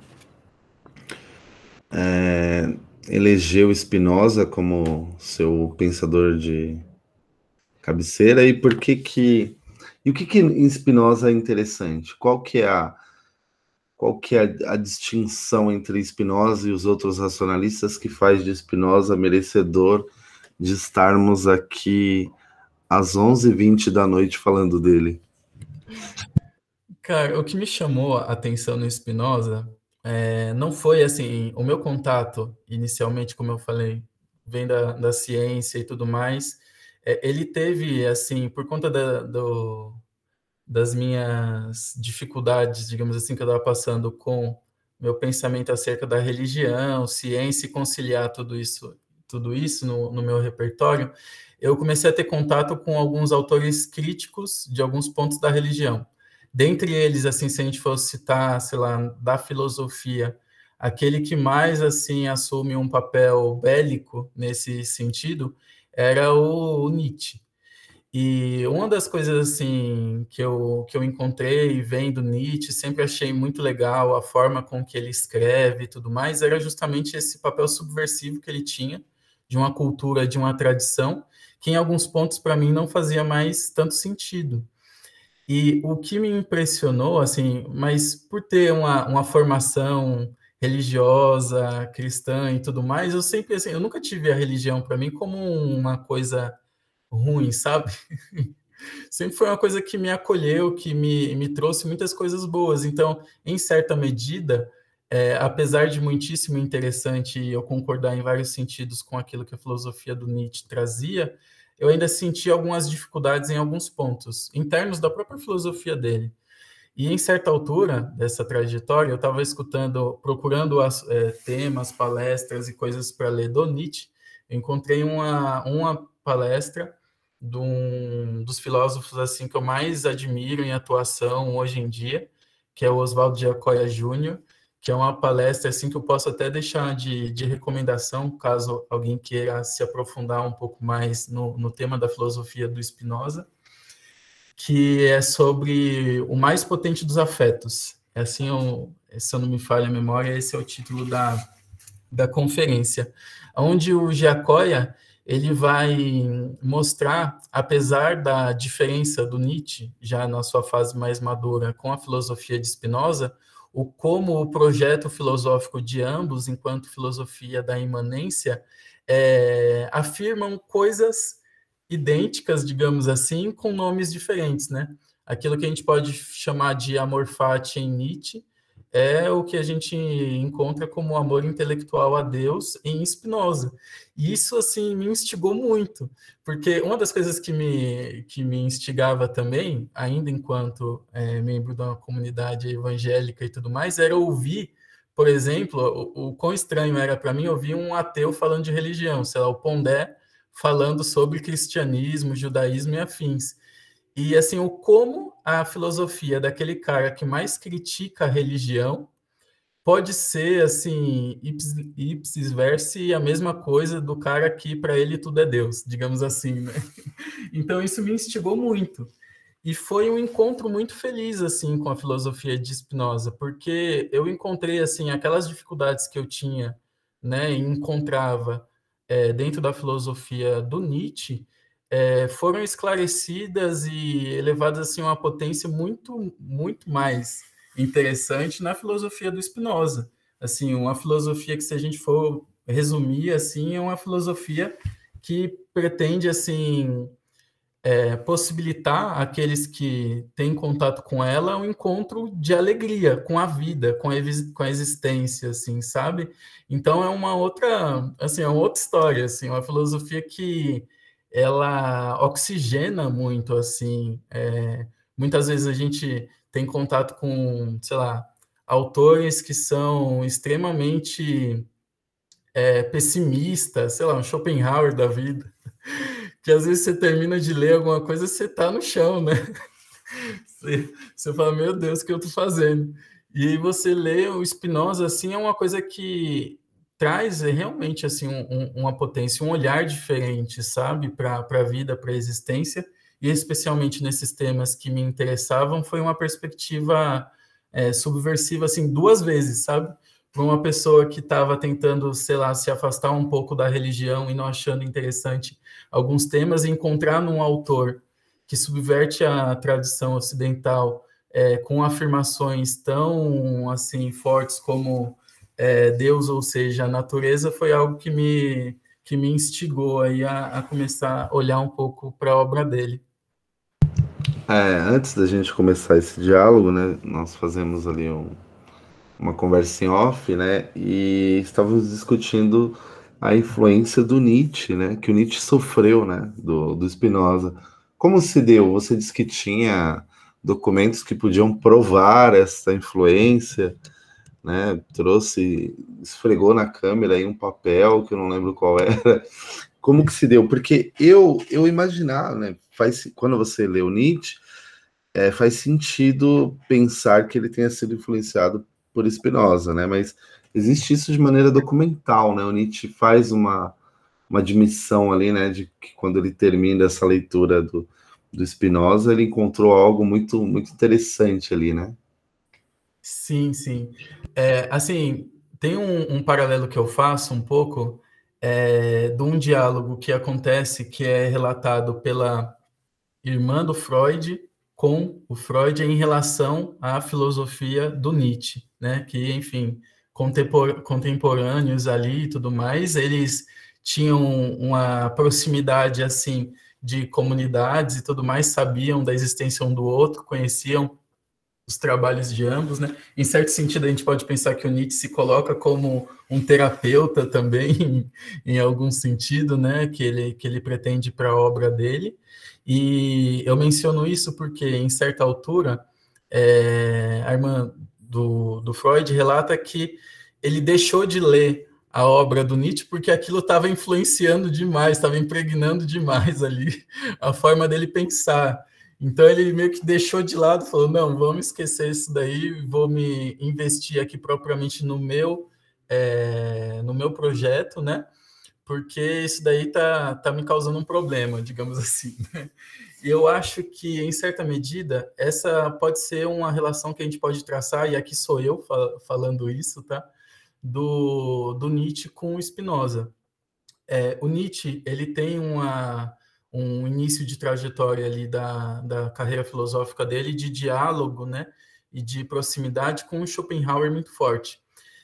elegeu Spinoza como seu pensador de cabeceira e e o que em Spinoza é interessante? Qual que é a distinção entre Spinoza e os outros racionalistas que faz de Spinoza merecedor de estarmos aqui às 11h20 da noite falando dele? Cara, o que me chamou a atenção no Spinoza não foi assim, o meu contato inicialmente, como eu falei, vem da ciência e tudo mais. Ele teve, assim, por conta das minhas dificuldades, digamos assim, que eu estava passando com meu pensamento acerca da religião, ciência e conciliar tudo isso no meu repertório, eu comecei a ter contato com alguns autores críticos de alguns pontos da religião. Dentre eles, assim, se a gente fosse citar, sei lá, da filosofia, aquele que mais, assim, assume um papel bélico nesse sentido era o Nietzsche. E uma das coisas, assim, que eu encontrei vendo Nietzsche, sempre achei muito legal a forma com que ele escreve e tudo mais, era justamente esse papel subversivo que ele tinha de uma cultura, de uma tradição, que em alguns pontos, para mim, não fazia mais tanto sentido. E o que me impressionou, assim, mas por ter uma formação religiosa, cristã e tudo mais, eu sempre, assim, eu nunca tive a religião para mim como uma coisa ruim, sabe? Sempre foi uma coisa que me acolheu, que me trouxe muitas coisas boas. Então, em certa medida, apesar de muitíssimo interessante eu concordar em vários sentidos com aquilo que a filosofia do Nietzsche trazia, eu ainda senti algumas dificuldades em alguns pontos, internos da própria filosofia dele. E em certa altura dessa trajetória, eu estava escutando, procurando temas, palestras e coisas para ler do Nietzsche, eu encontrei uma palestra dos filósofos assim que eu mais admiro em atuação hoje em dia, que é o Oswaldo de Acóya Júnior, que é uma palestra assim que eu posso até deixar de recomendação, caso alguém queira se aprofundar um pouco mais no tema da filosofia do Spinoza, que é sobre o mais potente dos afetos. É assim, se eu não me falha a memória, esse é o título da conferência, onde o Giacoia ele vai mostrar, apesar da diferença do Nietzsche, já na sua fase mais madura, com a filosofia de Spinoza, o como o projeto filosófico de ambos, enquanto filosofia da imanência, afirmam coisas idênticas, digamos assim, com nomes diferentes, né? Aquilo que a gente pode chamar de amor fati em Nietzsche é o que a gente encontra como amor intelectual a Deus em Spinoza. E isso, assim, me instigou muito, porque uma das coisas que me instigava também, ainda enquanto membro de uma comunidade evangélica e tudo mais, era ouvir, por exemplo, o quão estranho era para mim ouvir um ateu falando de religião, sei lá, o Pondé falando sobre cristianismo, judaísmo e afins. E, assim, o como a filosofia daquele cara que mais critica a religião pode ser, assim, ipsis versi, a mesma coisa do cara que, para ele, tudo é Deus, digamos assim, né? Então, isso me instigou muito. E foi um encontro muito feliz, assim, com a filosofia de Spinoza, porque eu encontrei, assim, aquelas dificuldades que eu tinha, né, e encontrava dentro da filosofia do Nietzsche, foram esclarecidas e elevadas, assim, a uma potência muito, muito mais interessante na filosofia do Spinoza. Assim, uma filosofia que, se a gente for resumir, assim, é uma filosofia que pretende, assim, possibilitar àqueles que têm contato com ela um encontro de alegria com a vida, com a existência, assim, sabe? Então é uma outra, assim, é uma outra história, assim, uma filosofia que ela oxigena muito, assim. Muitas vezes a gente tem contato com, sei lá, autores que são extremamente pessimistas, sei lá, um Schopenhauer da vida, que às vezes você termina de ler alguma coisa, você tá no chão, né? Você fala, meu Deus, o que eu tô fazendo? E aí você lê o Spinoza, assim, é uma coisa que traz realmente, assim, uma potência, um olhar diferente, sabe? Para a vida, para a existência, e especialmente nesses temas que me interessavam, foi uma perspectiva subversiva, assim, duas vezes, sabe? Para uma pessoa que estava tentando, sei lá, se afastar um pouco da religião e não achando interessante alguns temas, e encontrar num autor que subverte a tradição ocidental com afirmações tão assim fortes como Deus, ou seja, a natureza, foi algo que me instigou aí a começar a olhar um pouco para a obra dele. Antes da gente começar esse diálogo, né, nós fazemos ali uma conversa em off, né, e estávamos discutindo a influência do Nietzsche, né, que o Nietzsche sofreu, né, do Spinoza. Como se deu? Você disse que tinha documentos que podiam provar essa influência, né? Trouxe, esfregou na câmera aí um papel que eu não lembro qual era. Como que se deu? Porque eu imaginar, né? Quando você lê o Nietzsche, faz sentido pensar que ele tenha sido influenciado por Spinoza, né? Mas existe isso de maneira documental, né? O Nietzsche faz uma admissão ali, né? De que quando ele termina essa leitura do Spinoza, ele encontrou algo muito, muito interessante ali, né? Sim, sim. Assim, tem um paralelo que eu faço um pouco de um diálogo que acontece, que é relatado pela irmã do Freud com o Freud em relação à filosofia do Nietzsche, né? Que, enfim, contemporâneos ali e tudo mais, eles tinham uma proximidade, assim, de comunidades e tudo mais, sabiam da existência um do outro, conheciam os trabalhos de ambos, né? Em certo sentido, a gente pode pensar que o Nietzsche se coloca como um terapeuta também, em algum sentido, né? Que ele pretende para a obra dele. E eu menciono isso porque, em certa altura, a irmã do Freud relata que ele deixou de ler a obra do Nietzsche porque aquilo estava influenciando demais, estava impregnando demais ali a forma dele pensar. Então ele meio que deixou de lado, falou, não, vamos esquecer isso daí, vou me investir aqui propriamente no meu projeto, né? Porque isso daí tá me causando um problema, digamos assim. Né? E eu acho que, em certa medida, essa pode ser uma relação que a gente pode traçar, e aqui sou eu falando isso, tá? Do Nietzsche com o Spinoza. O Nietzsche, ele tem um início de trajetória ali da carreira filosófica dele, de diálogo, né, e de proximidade com o Schopenhauer muito forte.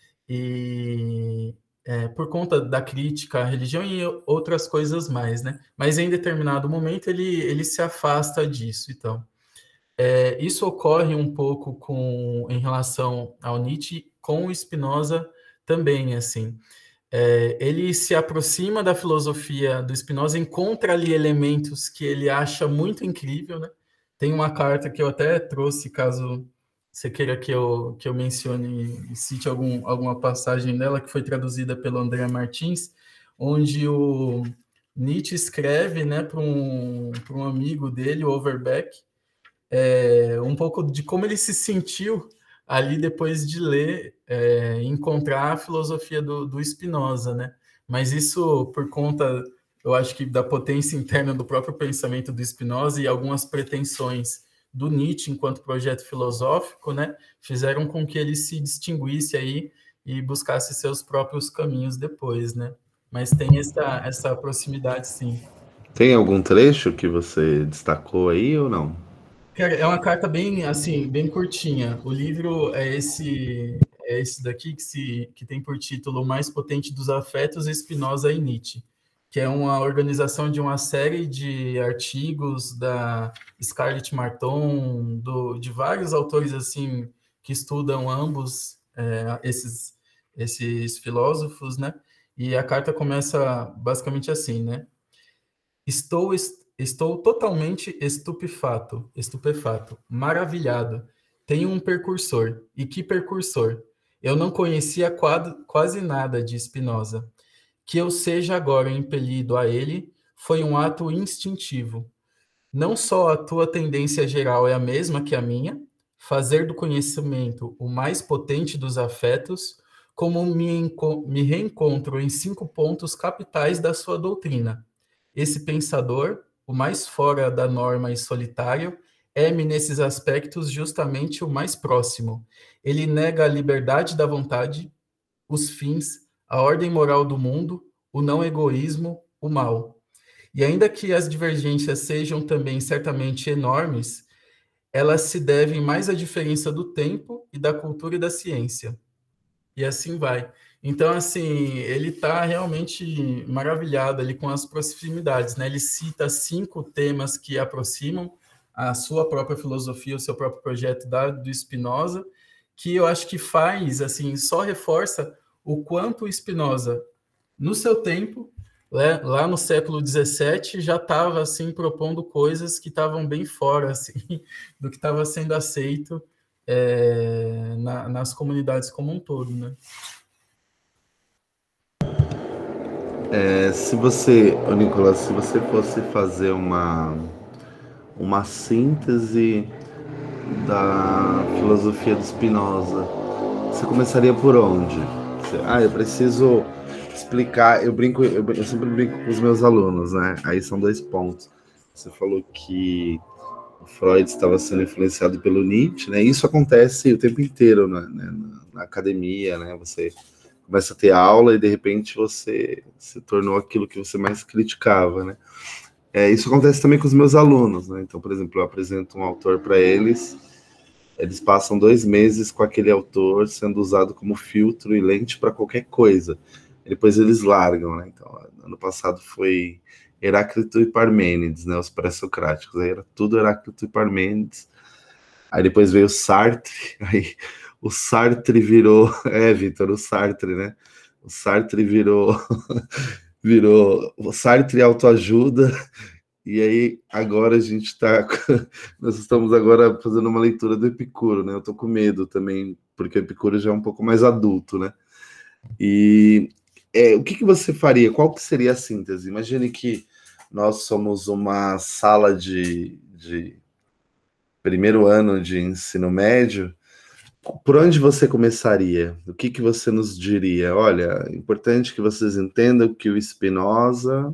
E por conta da crítica à religião e outras coisas mais, né? Mas em determinado momento ele se afasta disso, então. Isso ocorre um pouco em relação ao Nietzsche com o Spinoza também, assim. Ele se aproxima da filosofia do Spinoza, encontra ali elementos que ele acha muito incrível, né? Tem uma carta que eu até trouxe, caso você queira que eu mencione e cite alguma passagem dela, que foi traduzida pelo André Martins, onde o Nietzsche escreve, né, para um amigo dele, o Overbeck, um pouco de como ele se sentiu ali depois de ler, encontrar a filosofia do Spinoza, né? Mas isso por conta, eu acho que da potência interna do próprio pensamento do Spinoza e algumas pretensões do Nietzsche enquanto projeto filosófico, né? Fizeram com que ele se distinguisse aí e buscasse seus próprios caminhos depois, né? Mas tem essa proximidade, sim. Tem algum trecho que você destacou aí ou não? Cara, é uma carta bem, assim, bem curtinha. O livro é esse daqui que tem por título O Mais Potente dos Afetos, Spinoza e Nietzsche, que é uma organização de uma série de artigos da Scarlett Marton, de vários autores, assim, que estudam ambos esses filósofos, né? E a carta começa basicamente assim, né? Estou totalmente estupefato, maravilhado. Tenho um percursor. E que percursor? Eu não conhecia quase nada de Spinoza. Que eu seja agora impelido a ele foi um ato instintivo. Não só a tua tendência geral é a mesma que a minha, fazer do conhecimento o mais potente dos afetos, como me reencontro em 5 pontos capitais da sua doutrina. Esse pensador, o mais fora da norma e solitário, é-me nesses aspectos justamente o mais próximo. Ele nega a liberdade da vontade, os fins, a ordem moral do mundo, o não egoísmo, o mal. E ainda que as divergências sejam também certamente enormes, elas se devem mais à diferença do tempo e da cultura e da ciência. E assim vai. Então, assim, ele está realmente maravilhado ali com as proximidades, né? Ele cita 5 temas que aproximam a sua própria filosofia, o seu próprio projeto do Spinoza, que eu acho que faz, assim, só reforça o quanto o Spinoza, no seu tempo, né, lá no século XVII, já estava, assim, propondo coisas que estavam bem fora, assim, do que estava sendo aceito nas comunidades como um todo, né? Se você, Nicolas, se você fosse fazer uma síntese da filosofia do Spinoza, você começaria por onde? Eu preciso explicar. Eu sempre brinco com os meus alunos, né? Aí são 2 pontos. Você falou que o Freud estava sendo influenciado pelo Nietzsche, né? Isso acontece o tempo inteiro, né? Na academia, né? Você começa a ter aula e de repente você se tornou aquilo que você mais criticava, né? Isso acontece também com os meus alunos, né? Então, por exemplo, eu apresento um autor para eles, eles passam 2 meses com aquele autor sendo usado como filtro e lente para qualquer coisa. E depois eles largam, né? Então, ano passado foi Heráclito e Parmênides, né? Os pré-socráticos. Aí era tudo Heráclito e Parmênides. Aí depois veio Sartre, aí o Sartre virou, Vitor, o Sartre, né? O Sartre virou o Sartre autoajuda, e aí agora a gente está, nós estamos agora fazendo uma leitura do Epicuro, né? Eu tô com medo também, porque o Epicuro já é um pouco mais adulto, né? E o que você faria? Qual que seria a síntese? Imagine que nós somos uma sala de primeiro ano de ensino médio. Por onde você começaria? O que você nos diria? Olha, é importante que vocês entendam que o Spinoza...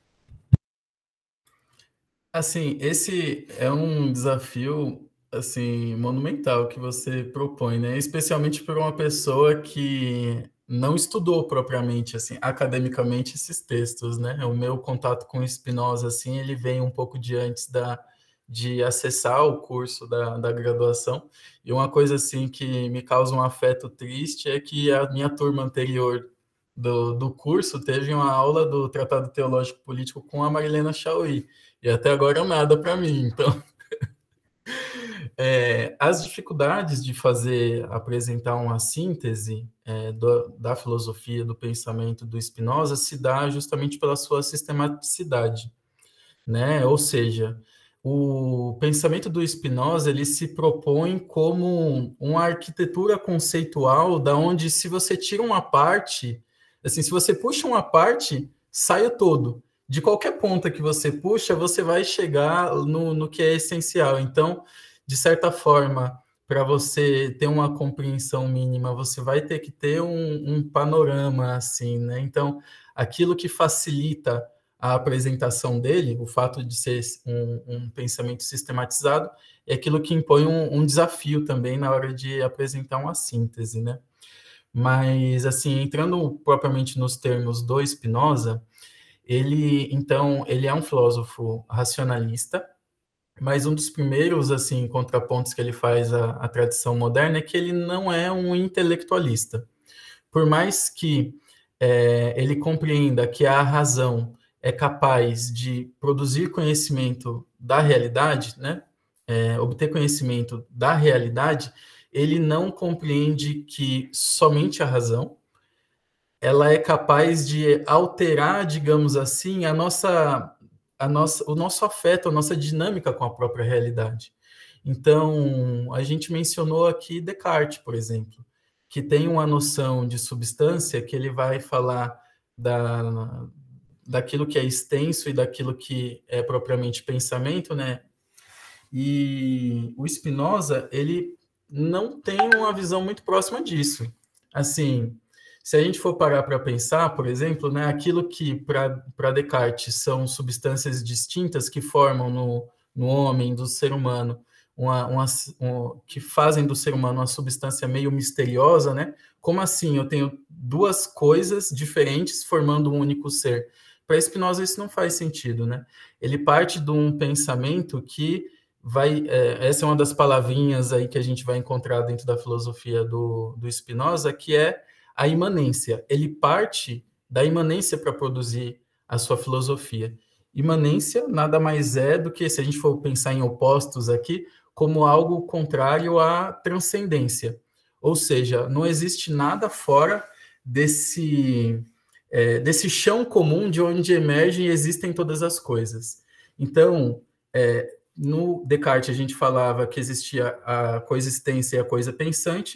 Assim, esse é um desafio assim monumental que você propõe, né? Especialmente para uma pessoa que não estudou propriamente assim academicamente esses textos, né? O meu contato com Spinoza assim, ele vem um pouco de antes de acessar o curso da graduação. E uma coisa assim que me causa um afeto triste é que a minha turma anterior do curso teve uma aula do Tratado Teológico Político com a Marilena Chauí. E até agora nada para mim. Então, as dificuldades de apresentar uma síntese da filosofia, do pensamento do Spinoza se dá justamente pela sua sistematicidade, né? Ou seja, o pensamento do Spinoza ele se propõe como uma arquitetura conceitual da onde se você tira uma parte, assim, se você puxa uma parte, sai o todo. De qualquer ponta que você puxa, você vai chegar no que é essencial. Então, de certa forma, para você ter uma compreensão mínima, você vai ter que ter um panorama assim, né? Então, aquilo que facilita a apresentação dele, o fato de ser um pensamento sistematizado, é aquilo que impõe um desafio também na hora de apresentar uma síntese, né? Mas, assim, entrando propriamente nos termos do Spinoza, ele é um filósofo racionalista, mas um dos primeiros, assim, contrapontos que ele faz à tradição moderna é que ele não é um intelectualista. Por mais que ele compreenda que a razão é capaz de produzir conhecimento da realidade, né? Obter conhecimento da realidade, ele não compreende que somente a razão ela é capaz de alterar, digamos assim, o nosso afeto, a nossa dinâmica com a própria realidade. Então, a gente mencionou aqui Descartes, por exemplo, que tem uma noção de substância que ele vai falar daquilo que é extenso e daquilo que é propriamente pensamento, né? E o Spinoza, ele não tem uma visão muito próxima disso. Assim, se a gente for parar para pensar, por exemplo, né, aquilo que para Descartes são substâncias distintas que formam no homem, do ser humano, que fazem do ser humano uma substância meio misteriosa, né? Como assim? Eu tenho duas coisas diferentes formando um único ser. Para Spinoza isso não faz sentido, né? Ele parte de um pensamento que essa é uma das palavrinhas aí que a gente vai encontrar dentro da filosofia do Spinoza, que é a imanência. Ele parte da imanência para produzir a sua filosofia. Imanência nada mais é do que, se a gente for pensar em opostos aqui, como algo contrário à transcendência. Ou seja, não existe nada fora desse chão comum de onde emergem e existem todas as coisas. Então, no Descartes a gente falava que existia a coexistência e a coisa pensante,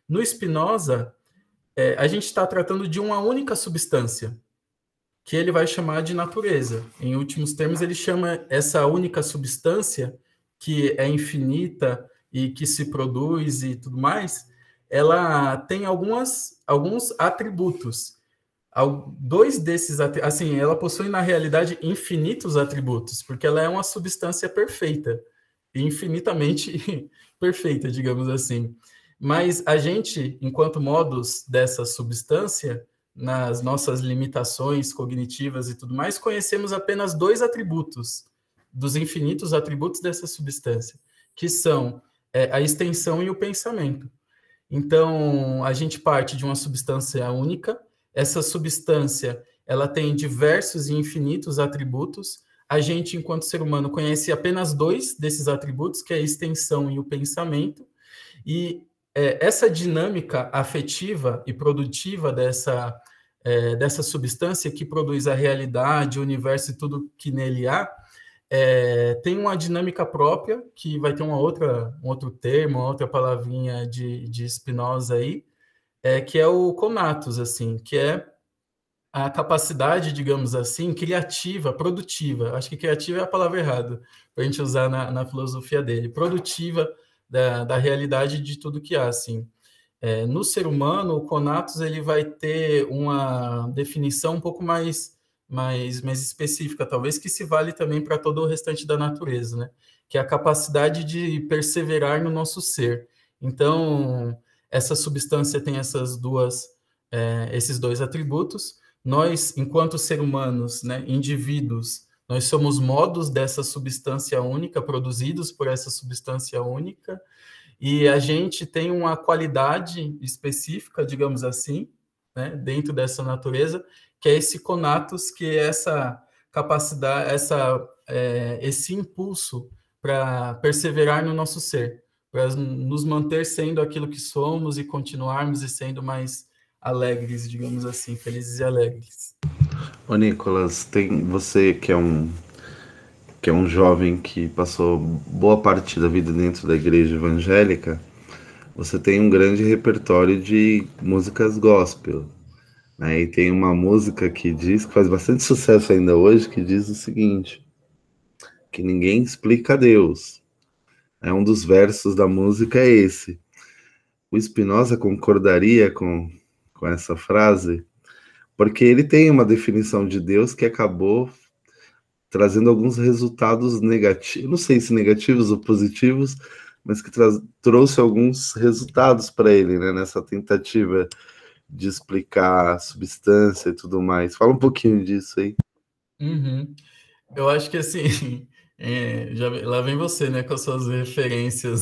No Spinoza, a gente está tratando de uma única substância, que ele vai chamar de natureza. Em últimos termos, ele chama essa única substância, que é infinita e que se produz e tudo mais, ela tem alguns atributos. Dois desses, assim, ela possui, na realidade, infinitos atributos, porque ela é uma substância perfeita, infinitamente perfeita, digamos assim. Mas a gente, enquanto modos dessa substância, nas nossas limitações cognitivas e tudo mais, conhecemos apenas dois atributos dos infinitos atributos dessa substância, que são a extensão e o pensamento. Então, a gente parte de uma substância única. Essa substância, ela tem diversos e infinitos atributos. A gente, enquanto ser humano, conhece apenas dois desses atributos, que é a extensão e o pensamento. E essa dinâmica afetiva e produtiva dessa substância que produz a realidade, o universo e tudo que nele há, tem uma dinâmica própria, que vai ter um outro termo, uma outra palavrinha de Spinoza aí, que é o conatos, assim, que é a capacidade, digamos assim, criativa, produtiva. Acho que criativa é a palavra errada para a gente usar na filosofia dele. Produtiva da realidade de tudo que há, assim. No ser humano, o conatos ele vai ter uma definição um pouco mais específica, talvez, que se vale também para todo o restante da natureza, né? Que é a capacidade de perseverar no nosso ser. Então, essa substância tem esses dois atributos. Nós, enquanto seres humanos, né, indivíduos, nós somos modos dessa substância única, produzidos por essa substância única, e a gente tem uma qualidade específica, digamos assim, né, dentro dessa natureza, que é esse conatos, que é essa capacidade, esse impulso para perseverar no nosso ser, para nos manter sendo aquilo que somos e continuarmos e sendo mais alegres, digamos assim, felizes e alegres. Ô Nicolas, tem você que é um jovem que passou boa parte da vida dentro da igreja evangélica, você tem um grande repertório de músicas gospel, né? E tem uma música que faz bastante sucesso ainda hoje, que diz o seguinte, que ninguém explica Deus. Um dos versos da música é esse. O Spinoza concordaria com essa frase, porque ele tem uma definição de Deus que acabou trazendo alguns resultados negativos, não sei se negativos ou positivos, mas que trouxe alguns resultados para ele, né, nessa tentativa de explicar a substância e tudo mais. Fala um pouquinho disso aí. Uhum. Eu acho que assim, lá vem você, né, com as suas referências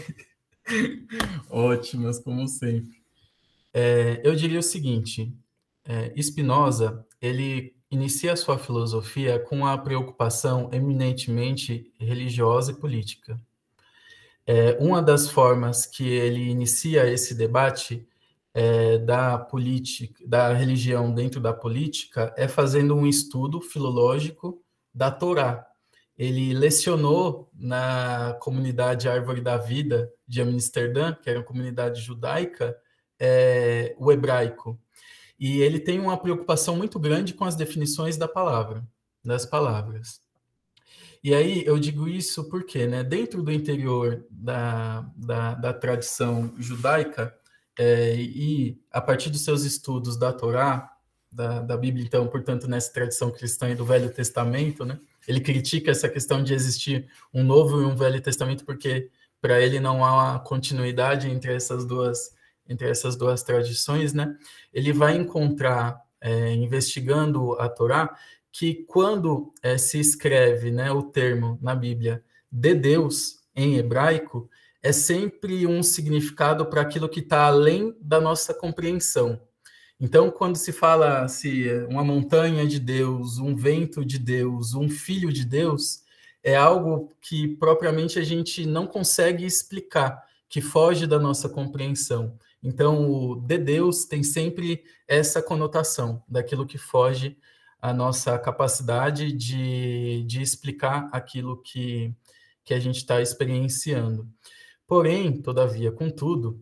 ótimas, como sempre. Eu diria o seguinte, Spinoza, ele inicia a sua filosofia com uma preocupação eminentemente religiosa e política. Uma das formas que ele inicia esse debate da política, da religião dentro da política, é fazendo um estudo filológico da Torá. Ele lecionou na comunidade Árvore da Vida de Amsterdã, que era uma comunidade judaica, o hebraico. E ele tem uma preocupação muito grande com as definições das palavras. E aí eu digo isso porque, né, dentro do interior da tradição judaica, e a partir dos seus estudos da Torá, da Bíblia, então, portanto, nessa tradição cristã e do Velho Testamento, né, ele critica essa questão de existir um Novo e um Velho Testamento, porque para ele não há uma continuidade entre essas duas tradições, né? Ele vai encontrar, investigando a Torá, que quando se escreve, né, o termo na Bíblia de Deus em hebraico, é sempre um significado para aquilo que está além da nossa compreensão. Então, quando se fala uma montanha de Deus, um vento de Deus, um filho de Deus, é algo que propriamente a gente não consegue explicar, que foge da nossa compreensão. Então, o de Deus tem sempre essa conotação daquilo que foge à nossa capacidade de explicar aquilo que a gente está experienciando. Porém, todavia, contudo,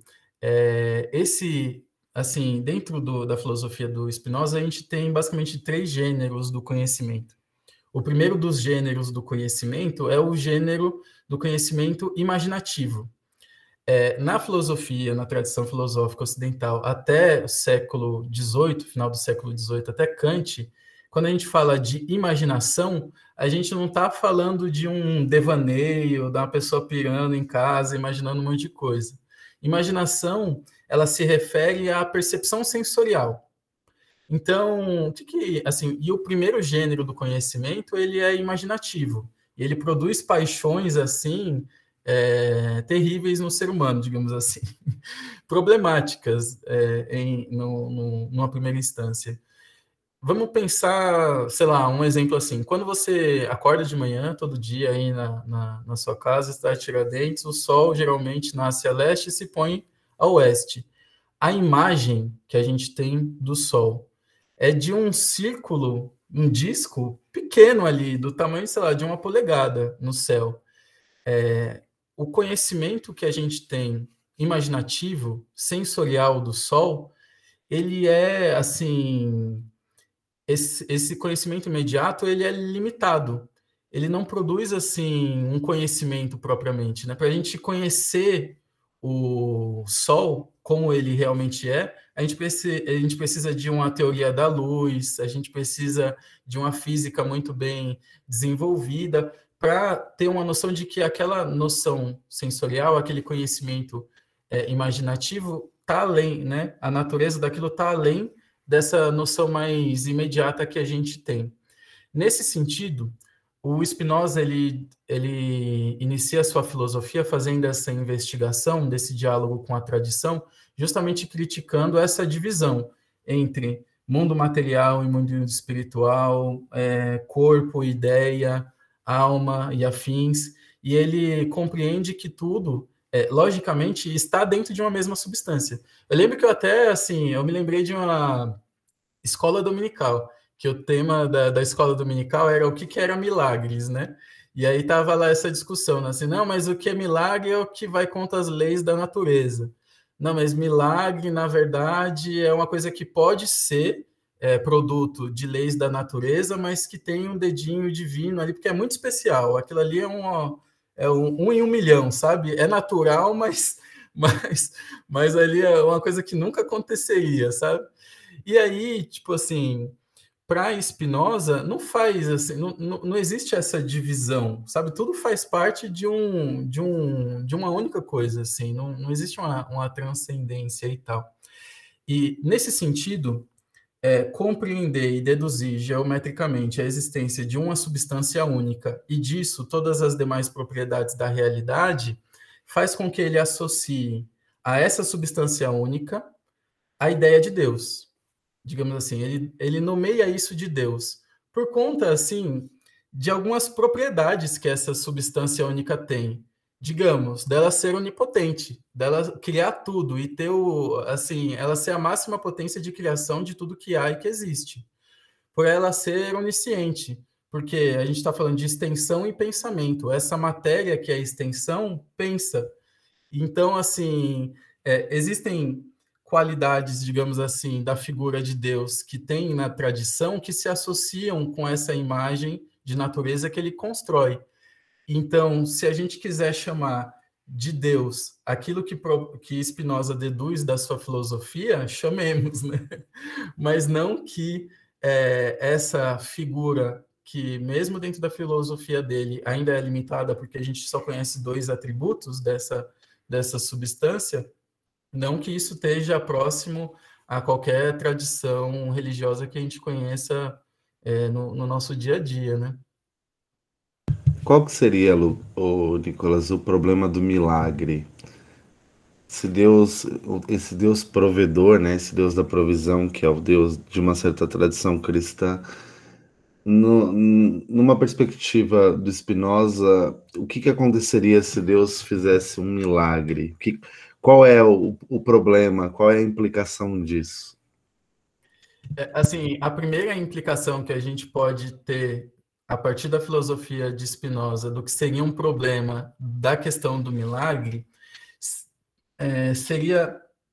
Assim, dentro da filosofia do Spinoza, a gente tem basicamente 3 gêneros do conhecimento. O primeiro dos gêneros do conhecimento é o gênero do conhecimento imaginativo. Na filosofia, na tradição filosófica ocidental, até o século XVIII, final do século XVIII, até Kant, quando a gente fala de imaginação, a gente não está falando de um devaneio, de uma pessoa pirando em casa, imaginando um monte de coisa. Imaginação, ela se refere à percepção sensorial. Então, assim, e o primeiro gênero do conhecimento, ele é imaginativo. Ele produz paixões, assim, terríveis no ser humano, digamos assim. Problemáticas numa primeira instância. Vamos pensar, sei lá, um exemplo assim. Quando você acorda de manhã, todo dia aí na sua casa, está a Tiradentes, o sol geralmente nasce a leste e se põe a oeste. A imagem que a gente tem do sol é de um círculo, um disco pequeno ali, do tamanho, sei lá, de uma polegada no céu. O conhecimento que a gente tem imaginativo, sensorial do sol, ele é, assim, esse conhecimento imediato, ele é limitado. Ele não produz, assim, um conhecimento propriamente, né? Para a gente conhecer o Sol, como ele realmente é, a gente precisa de uma teoria da luz, a gente precisa de uma física muito bem desenvolvida para ter uma noção de que aquela noção sensorial, aquele conhecimento imaginativo, está além, né? A natureza daquilo está além dessa noção mais imediata que a gente tem. Nesse sentido, o Spinoza ele inicia a sua filosofia fazendo essa investigação desse diálogo com a tradição, justamente criticando essa divisão entre mundo material e mundo espiritual, corpo, ideia, alma e afins, e ele compreende que tudo, logicamente, está dentro de uma mesma substância. Eu lembro que eu me lembrei de uma escola dominical, que o tema da escola dominical era o que era milagres, né? E aí tava lá essa discussão, né? Assim, não, mas o que é milagre é o que vai contra as leis da natureza. Não, mas milagre, na verdade, é uma coisa que pode ser produto de leis da natureza, mas que tem um dedinho divino ali, porque é muito especial. Aquilo ali é um em 1 milhão, sabe? É natural, mas ali é uma coisa que nunca aconteceria, sabe? E aí, tipo assim, para Spinoza, não faz assim, não existe essa divisão, sabe? Tudo faz parte de uma única coisa, assim, não existe uma transcendência e tal. E, nesse sentido, compreender e deduzir geometricamente a existência de uma substância única e disso todas as demais propriedades da realidade faz com que ele associe a essa substância única a ideia de Deus, digamos assim, ele nomeia isso de Deus, por conta, assim, de algumas propriedades que essa substância única tem. Digamos, dela ser onipotente, dela criar tudo e ter assim, ela ser a máxima potência de criação de tudo que há e que existe. Por ela ser onisciente, porque a gente está falando de extensão e pensamento. Essa matéria que é extensão, pensa. Então, assim, existem qualidades, digamos assim, da figura de Deus que tem na tradição que se associam com essa imagem de natureza que ele constrói. Então, se a gente quiser chamar de Deus aquilo que Spinoza deduz da sua filosofia, chamemos, né? Mas não que essa figura que, mesmo dentro da filosofia dele, ainda é limitada porque a gente só conhece 2 atributos dessa substância, não que isso esteja próximo a qualquer tradição religiosa que a gente conheça no nosso dia a dia, né? Qual que seria, Nicolas, o problema do milagre? Se Deus, esse Deus provedor, né, esse Deus da provisão, que é o Deus de uma certa tradição cristã, numa perspectiva do Spinoza, o que aconteceria se Deus fizesse um milagre? Qual é o problema? Qual é a implicação disso? Assim, a primeira implicação que a gente pode ter a partir da filosofia de Spinoza do que seria um problema da questão do milagre seria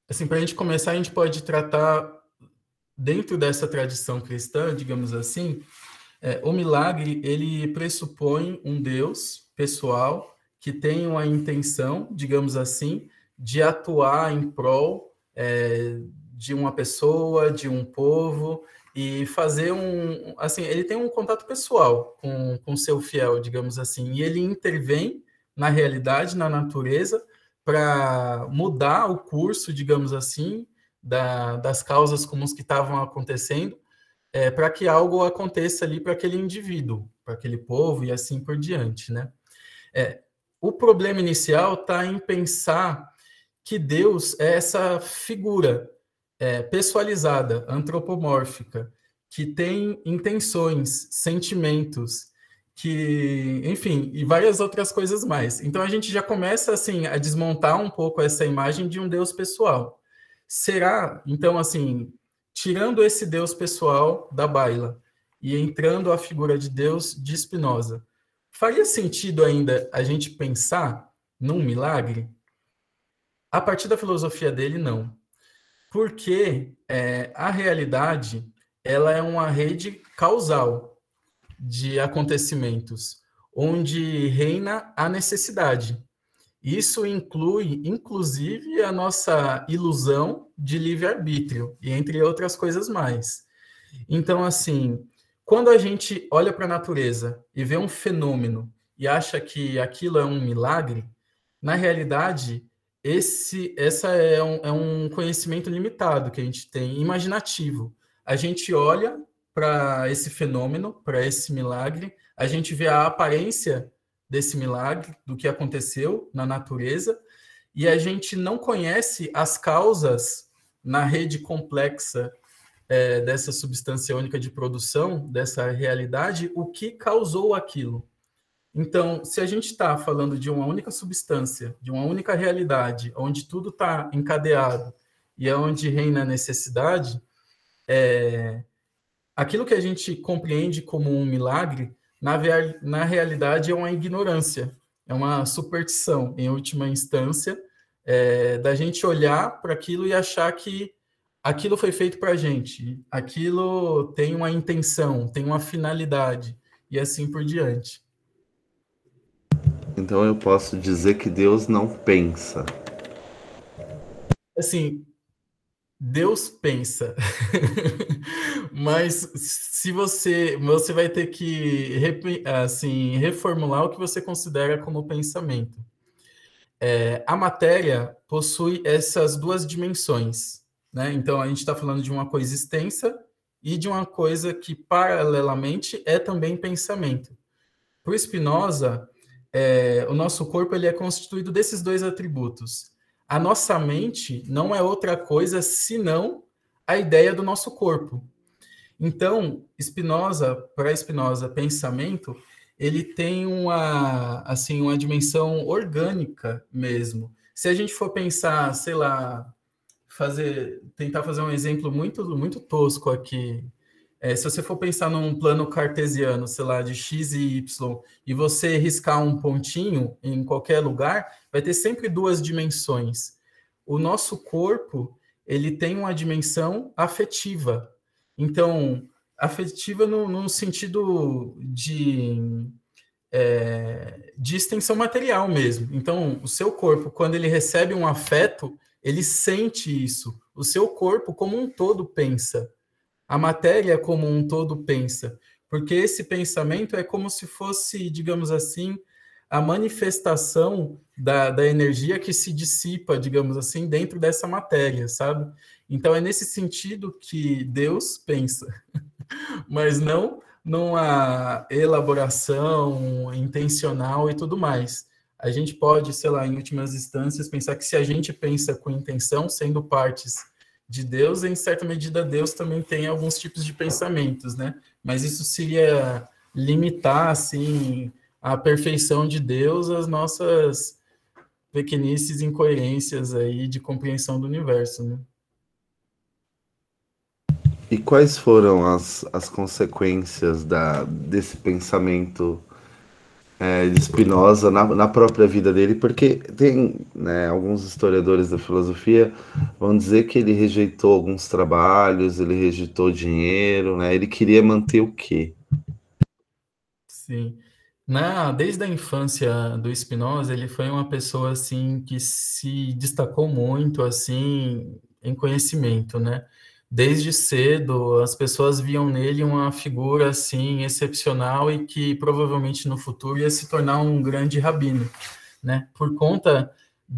Assim, para a gente começar, a gente pode tratar, dentro dessa tradição cristã, digamos assim, o milagre, ele pressupõe um Deus pessoal que tem uma intenção, digamos assim, de atuar em prol de uma pessoa, de um povo, e fazer assim, ele tem um contato pessoal com seu fiel, digamos assim, e ele intervém na realidade, na natureza, para mudar o curso, digamos assim, das causas comuns que estavam acontecendo, para que algo aconteça ali para aquele indivíduo, para aquele povo e assim por diante, né? O problema inicial está em pensar que Deus é essa figura pessoalizada, antropomórfica, que tem intenções, sentimentos, que, enfim, e várias outras coisas mais. Então a gente já começa assim a desmontar um pouco essa imagem de um Deus pessoal. Será, então, assim, tirando esse Deus pessoal da baila e entrando a figura de Deus de Spinoza, faria sentido ainda a gente pensar num milagre? A partir da filosofia dele, não. Porque a realidade ela é uma rede causal de acontecimentos, onde reina a necessidade. Isso inclui, inclusive, a nossa ilusão de livre-arbítrio, e entre outras coisas mais. Então, assim, quando a gente olha para a natureza e vê um fenômeno e acha que aquilo é um milagre, na realidade, essa é um conhecimento limitado que a gente tem, imaginativo. A gente olha para esse fenômeno, para esse milagre, a gente vê a aparência desse milagre, do que aconteceu na natureza, e a gente não conhece as causas na rede complexa dessa substância única de produção, dessa realidade, o que causou aquilo. Então, se a gente está falando de uma única substância, de uma única realidade, onde tudo está encadeado e é onde reina a necessidade, aquilo que a gente compreende como um milagre, na realidade, é uma ignorância, é uma superstição, em última instância, da gente olhar para aquilo e achar que aquilo foi feito para a gente, aquilo tem uma intenção, tem uma finalidade, e assim por diante. Então eu posso dizer que Deus não pensa. Assim, Deus pensa, mas se você vai ter que assim, reformular o que você considera como pensamento. A matéria possui essas duas dimensões, né? Então a gente está falando de uma coisa extensa e de uma coisa que paralelamente é também pensamento. Para o Spinoza, o nosso corpo ele é constituído desses dois atributos. A nossa mente não é outra coisa senão a ideia do nosso corpo. Então, para Spinoza, pensamento, ele tem uma dimensão orgânica mesmo. Se a gente for pensar, sei lá, tentar fazer um exemplo muito, muito tosco aqui, se você for pensar num plano cartesiano, sei lá, de x e y, e você riscar um pontinho em qualquer lugar, vai ter sempre duas dimensões. O nosso corpo, ele tem uma dimensão afetiva. Então, afetiva no sentido de extensão material mesmo. Então, o seu corpo, quando ele recebe um afeto, ele sente isso. O seu corpo, como um todo, pensa. A matéria como um todo pensa, porque esse pensamento é como se fosse, digamos assim, a manifestação da energia que se dissipa, digamos assim, dentro dessa matéria, sabe? Então é nesse sentido que Deus pensa, mas não numa elaboração intencional e tudo mais. A gente pode, sei lá, em últimas instâncias, pensar que se a gente pensa com intenção, sendo partes de Deus, em certa medida Deus também tem alguns tipos de pensamentos, né? Mas isso seria limitar, assim, a perfeição de Deus às nossas pequenices e incoerências aí de compreensão do universo, né? E quais foram as consequências desse pensamento de Spinoza na própria vida dele, porque tem, né, alguns historiadores da filosofia vão dizer que ele rejeitou alguns trabalhos, ele rejeitou dinheiro, né? Ele queria manter o quê? Sim. Desde a infância do Spinoza, ele foi uma pessoa assim que se destacou muito assim em conhecimento, né? Desde cedo, as pessoas viam nele uma figura assim excepcional e que provavelmente no futuro ia se tornar um grande rabino, né? Por conta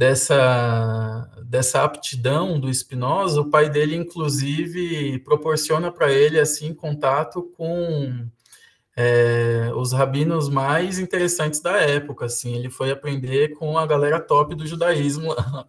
dessa aptidão do Spinoza, o pai dele inclusive proporciona para ele assim contato com os rabinos mais interessantes da época, assim, ele foi aprender com a galera top do judaísmo lá.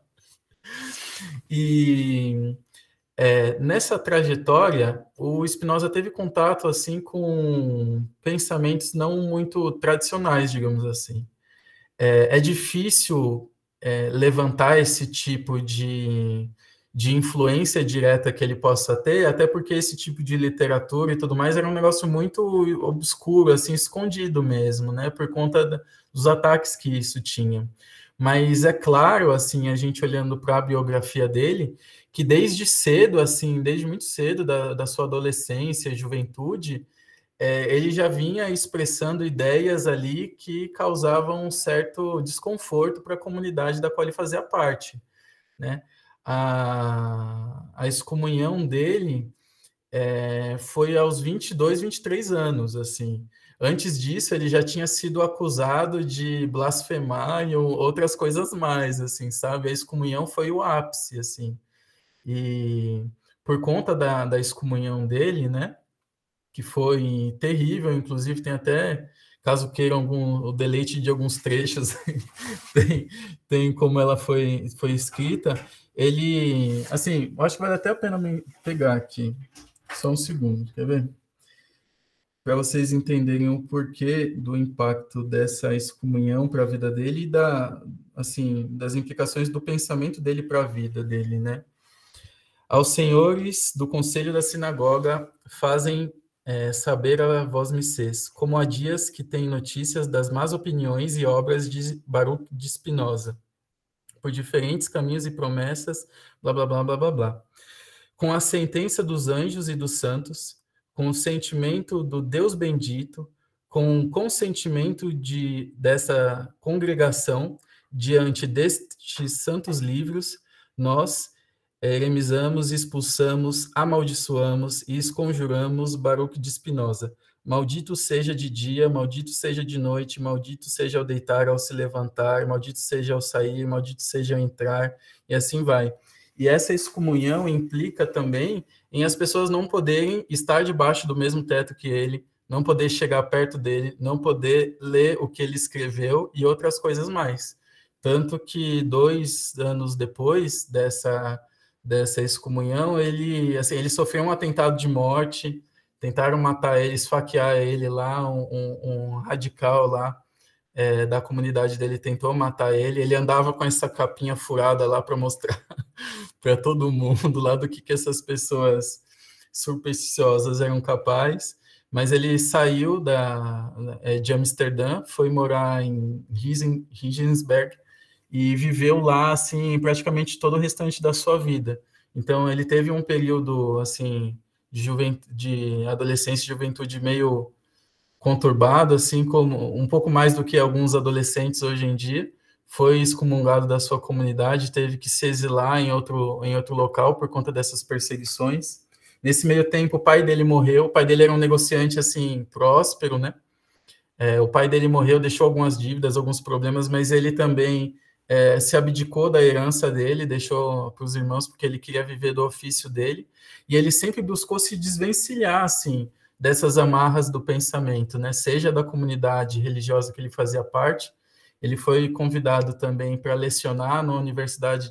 E nessa trajetória, o Spinoza teve contato assim com pensamentos não muito tradicionais, digamos assim. É difícil levantar esse tipo de influência direta que ele possa ter, até porque esse tipo de literatura e tudo mais era um negócio muito obscuro, assim, escondido mesmo, né, por conta dos ataques que isso tinha. Mas é claro, assim, a gente olhando para a biografia dele, que desde cedo, assim, desde muito cedo, da sua adolescência e juventude, ele já vinha expressando ideias ali que causavam um certo desconforto para a comunidade da qual ele fazia parte, né? A excomunhão dele foi aos 22, 23 anos, assim. Antes disso, ele já tinha sido acusado de blasfemar e outras coisas mais, assim, sabe? A excomunhão foi o ápice, assim. E por conta da excomunhão dele, né? Que foi terrível, inclusive tem até, caso queiram o deleite de alguns trechos, tem, tem como ela foi escrita. Ele, assim, eu acho que vale até a pena me pegar aqui, só um segundo, quer ver? Para vocês entenderem o porquê do impacto dessa excomunhão para a vida dele e assim, das implicações do pensamento dele para a vida dele, né? Aos senhores do conselho da sinagoga fazem saber a vós missês, como há dias que têm notícias das más opiniões e obras de Baruch de Spinoza, por diferentes caminhos e promessas, blá, blá, blá, blá, blá, blá. Com a sentença dos anjos e dos santos, com o sentimento do Deus bendito, com o consentimento dessa congregação diante destes santos livros, nós eremizamos, expulsamos, amaldiçoamos e esconjuramos Baruch de Spinoza. Maldito seja de dia, maldito seja de noite, maldito seja ao deitar, ao se levantar, maldito seja ao sair, maldito seja ao entrar, e assim vai. E essa excomunhão implica também em as pessoas não poderem estar debaixo do mesmo teto que ele, não poder chegar perto dele, não poder ler o que ele escreveu e outras coisas mais. Tanto que 2 anos depois dessa excomunhão, ele sofreu um atentado de morte, tentaram matar ele, esfaquear ele lá, um radical lá da comunidade dele tentou matar ele, ele andava com essa capinha furada lá para mostrar para todo mundo lá do que essas pessoas supersticiosas eram capazes, mas ele saiu de Amsterdã, foi morar em Regensberg, e viveu lá assim praticamente todo o restante da sua vida. Então ele teve um período assim de adolescência e juventude meio conturbado, assim como um pouco mais do que alguns adolescentes hoje em dia. Foi excomungado da sua comunidade, teve que se exilar em outro local por conta dessas perseguições. Nesse meio tempo, o pai dele morreu. O pai dele era um negociante assim próspero, né? O pai dele morreu, deixou algumas dívidas, alguns problemas, mas ele também se abdicou da herança dele, deixou para os irmãos porque ele queria viver do ofício dele, e ele sempre buscou se desvencilhar, assim, dessas amarras do pensamento, né? Seja da comunidade religiosa que ele fazia parte, ele foi convidado também para lecionar na Universidade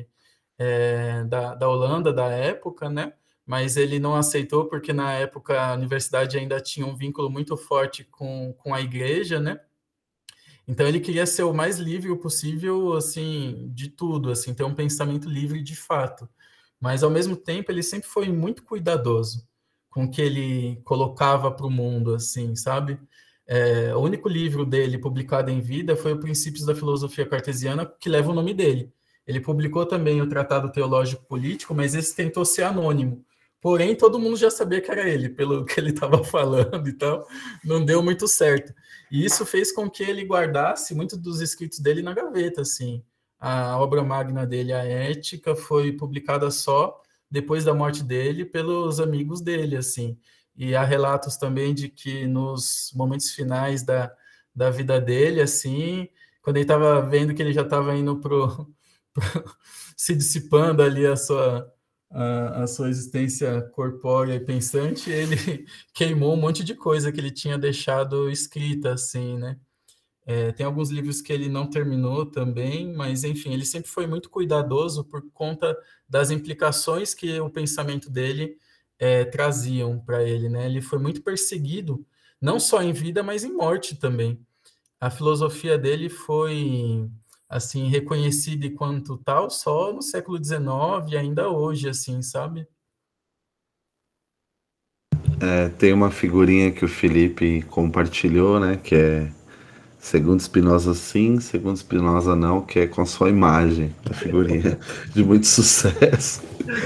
da Holanda da época, né? Mas ele não aceitou porque na época a universidade ainda tinha um vínculo muito forte com a igreja, né? Então ele queria ser o mais livre possível, assim, de tudo, assim, ter um pensamento livre de fato. Mas ao mesmo tempo ele sempre foi muito cuidadoso com o que ele colocava para o mundo, assim, sabe? O único livro dele publicado em vida foi o Princípios da Filosofia Cartesiana, que leva o nome dele. Ele publicou também o Tratado Teológico Político, mas esse tentou ser anônimo. Porém, todo mundo já sabia que era ele, pelo que ele estava falando e tal, não deu muito certo. E isso fez com que ele guardasse muitos dos escritos dele na gaveta, assim. A obra magna dele, a Ética, foi publicada só depois da morte dele pelos amigos dele, assim. E há relatos também de que nos momentos finais da vida dele, assim, quando ele estava vendo que ele já estava indo se dissipando ali a sua existência corpórea e pensante, ele queimou um monte de coisa que ele tinha deixado escrita, assim, né? Tem alguns livros que ele não terminou também, mas, enfim, ele sempre foi muito cuidadoso por conta das implicações que o pensamento dele traziam para ele, né? Ele foi muito perseguido, não só em vida, mas em morte também. A filosofia dele foi assim reconhecida enquanto tal só no século XIX e ainda hoje, assim, sabe? Tem uma figurinha que o Felipe compartilhou, né? Que é segundo Spinoza sim, segundo Spinoza não, que é com a sua imagem, a figurinha de muito sucesso.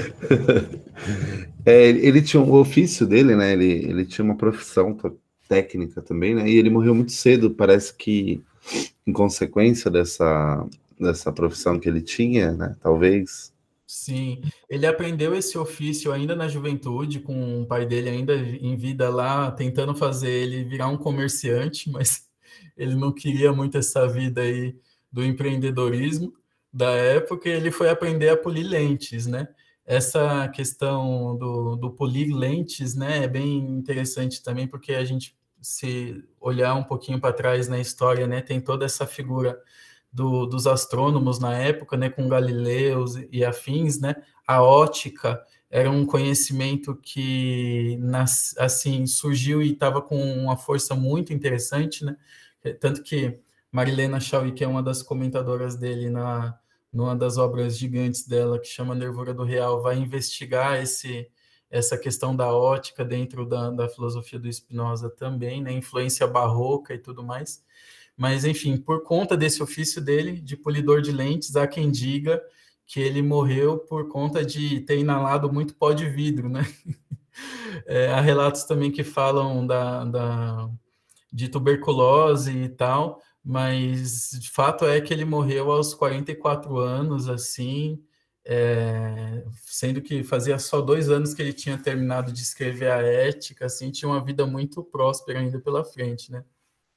Ele tinha o ofício dele, né? Ele tinha uma profissão técnica também, né? E ele morreu muito cedo, parece que em consequência dessa profissão que ele tinha, né? Talvez. Sim, ele aprendeu esse ofício ainda na juventude, com o pai dele ainda em vida lá, tentando fazer ele virar um comerciante, mas ele não queria muito essa vida aí do empreendedorismo da época, e ele foi aprender a polir lentes, né? Essa questão do polir lentes, né, é bem interessante também, porque a gente, se olhar um pouquinho para trás na história, né, tem toda essa figura dos astrônomos na época, né, com Galileu e afins, né, a ótica era um conhecimento que assim surgiu e estava com uma força muito interessante, né, tanto que Marilena Chauí, que é uma das comentadoras dele numa das obras gigantes dela, que chama Nervura do Real, vai investigar essa questão da ótica dentro da filosofia do Spinoza também, né, influência barroca e tudo mais. Mas, enfim, por conta desse ofício dele, de polidor de lentes, há quem diga que ele morreu por conta de ter inalado muito pó de vidro, né? Há relatos também que falam de tuberculose e tal, mas de fato é que ele morreu aos 44 anos, assim, sendo que fazia só 2 anos que ele tinha terminado de escrever a Ética, assim, tinha uma vida muito próspera ainda pela frente, né?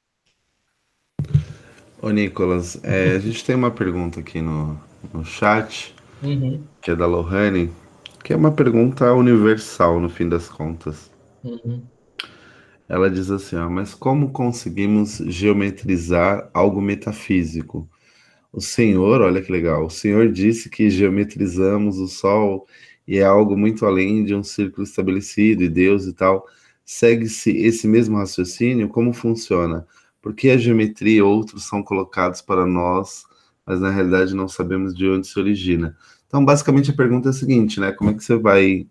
Ô, Nicolas, a gente tem uma pergunta aqui no chat, Uhum, que é da Lohane, que é uma pergunta universal, no fim das contas. uhum. Ela diz assim, ó, mas como conseguimos geometrizar algo metafísico? O Senhor, olha que legal, o Senhor disse que geometrizamos o Sol e é algo muito além de um círculo estabelecido e Deus e tal. Segue-se esse mesmo raciocínio? Como funciona? Por que a geometria e outros são colocados para nós, mas na realidade não sabemos de onde se origina? Então, basicamente, a pergunta é a seguinte, né? Como é que você vai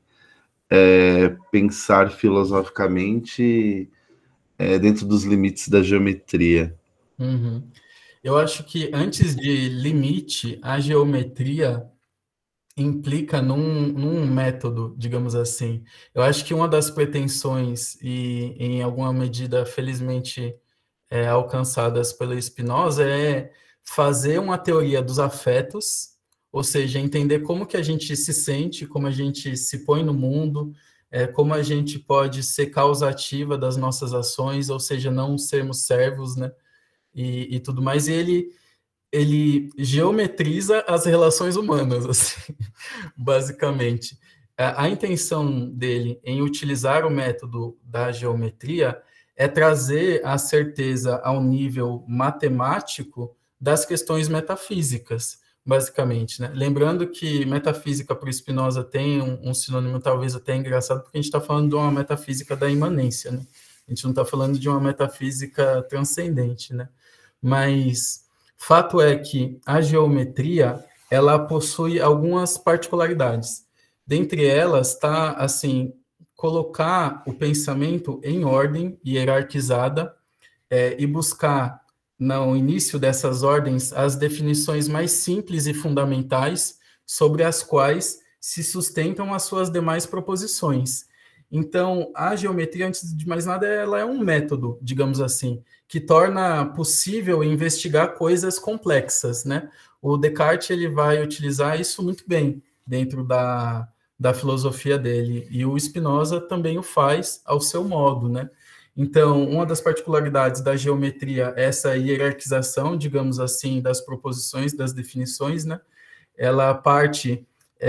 pensar filosoficamente dentro dos limites da geometria? Uhum. Eu acho que antes de limite, a geometria implica num método, digamos assim. Eu acho que uma das pretensões, e em alguma medida, felizmente, alcançadas pelo Spinoza, é fazer uma teoria dos afetos, ou seja, entender como que a gente se sente, como a gente se põe no mundo, como a gente pode ser causativa das nossas ações, ou seja, não sermos servos, né? E tudo mais, e ele geometriza as relações humanas, assim, basicamente. A intenção dele em utilizar o método da geometria é trazer a certeza ao nível matemático das questões metafísicas, basicamente, né? Lembrando que metafísica para o Spinoza tem um sinônimo talvez até engraçado, porque a gente está falando de uma metafísica da imanência, né? A gente não está falando de uma metafísica transcendente, né? Mas fato é que a geometria ela possui algumas particularidades. Dentre elas está assim colocar o pensamento em ordem hierarquizada, e buscar, no início dessas ordens, as definições mais simples e fundamentais sobre as quais se sustentam as suas demais proposições. Então, a geometria, antes de mais nada, ela é um método, digamos assim, que torna possível investigar coisas complexas, né? O Descartes ele vai utilizar isso muito bem dentro da filosofia dele, e o Spinoza também o faz ao seu modo, né? Então, uma das particularidades da geometria é essa hierarquização, digamos assim, das proposições, das definições, né? Ela parte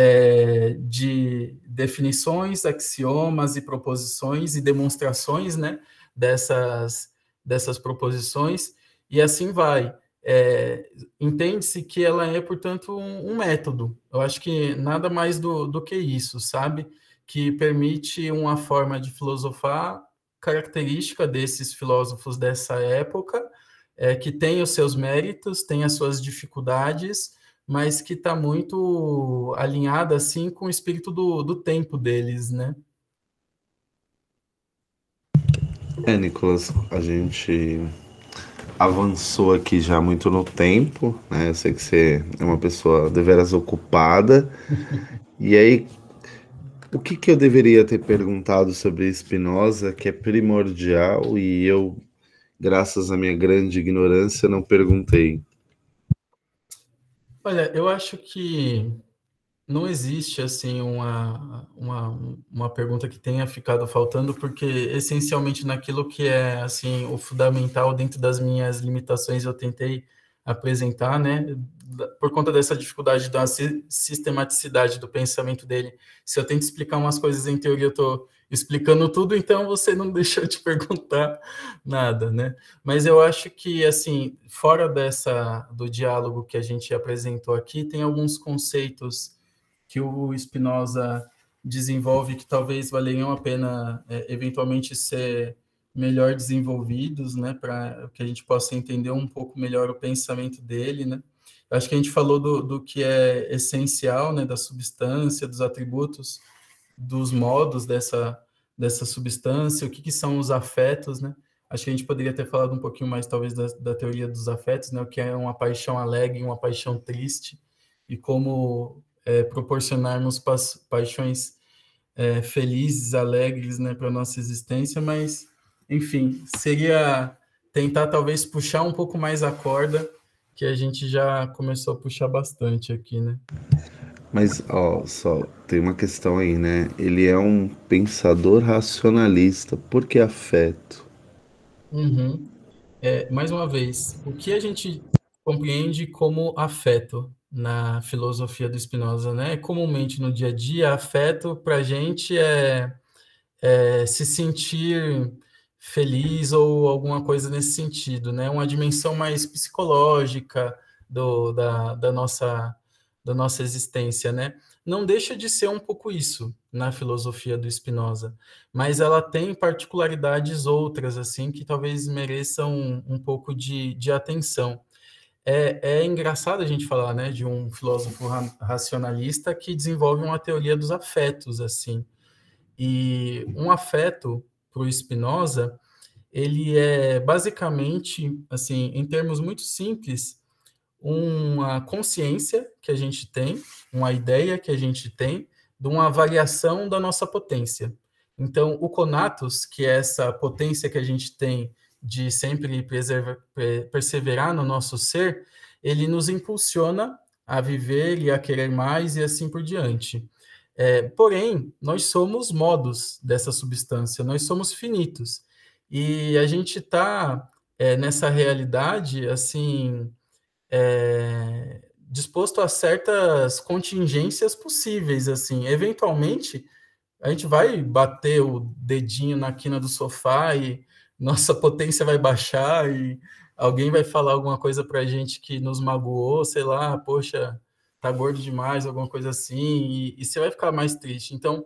de definições, axiomas e proposições e demonstrações, né? Dessas proposições, e assim vai. Entende-se que ela é, portanto, um método. Eu acho que nada mais do que isso, sabe? Que permite uma forma de filosofar característica desses filósofos dessa época, que tem os seus méritos, tem as suas dificuldades, mas que está muito alinhada assim com o espírito do tempo deles, né? Nicolas, a gente avançou aqui já muito no tempo, né? Eu sei que você é uma pessoa deveras ocupada. E aí, o que que eu deveria ter perguntado sobre Spinoza, que é primordial, e eu, graças à minha grande ignorância, não perguntei? Olha, eu acho que não existe assim uma pergunta que tenha ficado faltando, porque essencialmente naquilo que é assim o fundamental dentro das minhas limitações eu tentei apresentar, né? Por conta dessa dificuldade da sistematicidade do pensamento dele. Se eu tento explicar umas coisas em teoria, eu estou explicando tudo, então você não deixou de perguntar nada, né? Mas eu acho que assim, fora do diálogo que a gente apresentou aqui, tem alguns conceitos que o Spinoza desenvolve que talvez valeriam a pena eventualmente ser melhor desenvolvidos, né, para que a gente possa entender um pouco melhor o pensamento dele, né. Eu acho que a gente falou do que é essencial, né, da substância, dos atributos, dos modos dessa substância, o que são os afetos, né. Acho que a gente poderia ter falado um pouquinho mais, talvez, da teoria dos afetos, né, o que é uma paixão alegre e uma paixão triste, e como proporcionarmos paixões felizes, alegres, né, para a nossa existência, mas, enfim, seria tentar talvez puxar um pouco mais a corda, que a gente já começou a puxar bastante aqui, né? Mas, ó, só tem uma questão aí, né? Ele é um pensador racionalista. Por que afeto? Uhum. Mais uma vez, o que a gente compreende como afeto na filosofia do Spinoza, né? Comumente no dia a dia, afeto para a gente se sentir feliz ou alguma coisa nesse sentido, né? Uma dimensão mais psicológica da nossa existência, né? Não deixa de ser um pouco isso na filosofia do Spinoza, mas ela tem particularidades outras, assim, que talvez mereçam um pouco de atenção. É engraçado a gente falar, né, de um filósofo racionalista que desenvolve uma teoria dos afetos, assim, e um afeto para o Spinoza, ele é basicamente, assim, em termos muito simples, uma consciência que a gente tem, uma ideia que a gente tem de uma variação da nossa potência. Então, o conatos, que é essa potência que a gente tem de sempre perseverar no nosso ser, ele nos impulsiona a viver e a querer mais e assim por diante. Porém, nós somos modos dessa substância, nós somos finitos. E a gente está nessa realidade, assim, disposto a certas contingências possíveis, assim. Eventualmente, a gente vai bater o dedinho na quina do sofá e nossa potência vai baixar e alguém vai falar alguma coisa para a gente que nos magoou, sei lá, poxa, tá gordo demais, alguma coisa assim, e você vai ficar mais triste. Então,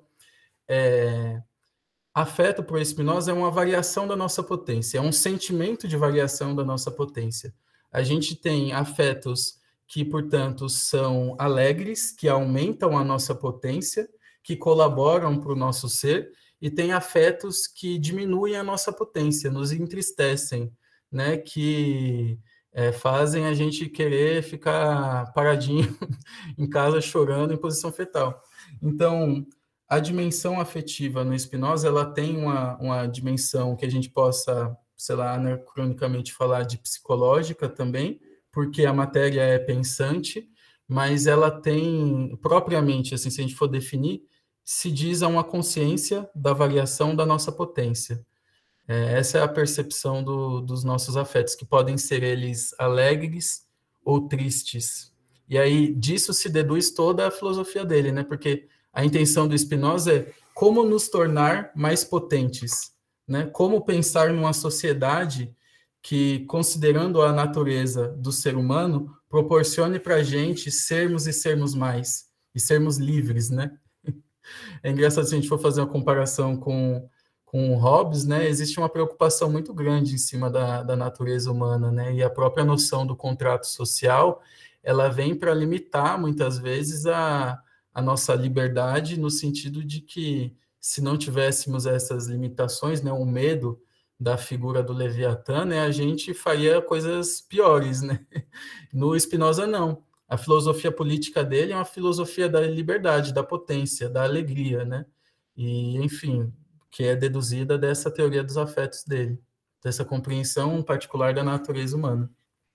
afeto para o Spinoza é uma variação da nossa potência, é um sentimento de variação da nossa potência. A gente tem afetos que, portanto, são alegres, que aumentam a nossa potência, que colaboram para o nosso ser, e tem afetos que diminuem a nossa potência, nos entristecem, né, que fazem a gente querer ficar paradinho em casa chorando em posição fetal. Então, a dimensão afetiva no Spinoza, ela tem uma dimensão que a gente possa, sei lá, anacronicamente falar de psicológica também, porque a matéria é pensante, mas ela tem, propriamente, assim, se a gente for definir, se diz a uma consciência da variação da nossa potência. Essa é a percepção dos nossos afetos, que podem ser eles alegres ou tristes. E aí, disso se deduz toda a filosofia dele, né? Porque a intenção do Spinoza é como nos tornar mais potentes, né? Como pensar numa sociedade que, considerando a natureza do ser humano, proporcione para a gente sermos e sermos mais, e sermos livres, né? É engraçado se a gente for fazer uma comparação com o Hobbes, né? Existe uma preocupação muito grande em cima da natureza humana, né? E a própria noção do contrato social, ela vem para limitar, muitas vezes, a nossa liberdade, no sentido de que, se não tivéssemos essas limitações, né? O medo da figura do Leviatã, né? A gente faria coisas piores, né? No Spinoza, não. A filosofia política dele é uma filosofia da liberdade, da potência, da alegria, né? E, enfim, que é deduzida dessa teoria dos afetos dele, dessa compreensão particular da natureza humana.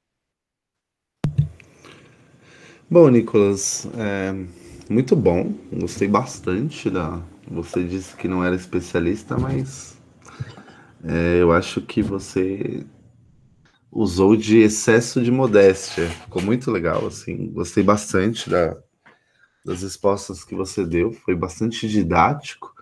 Bom, Nicolas, muito bom. Gostei bastante Você disse que não era especialista, mas eu acho que você usou de excesso de modéstia. Ficou muito legal, assim. Gostei bastante das respostas que você deu. Foi bastante didático.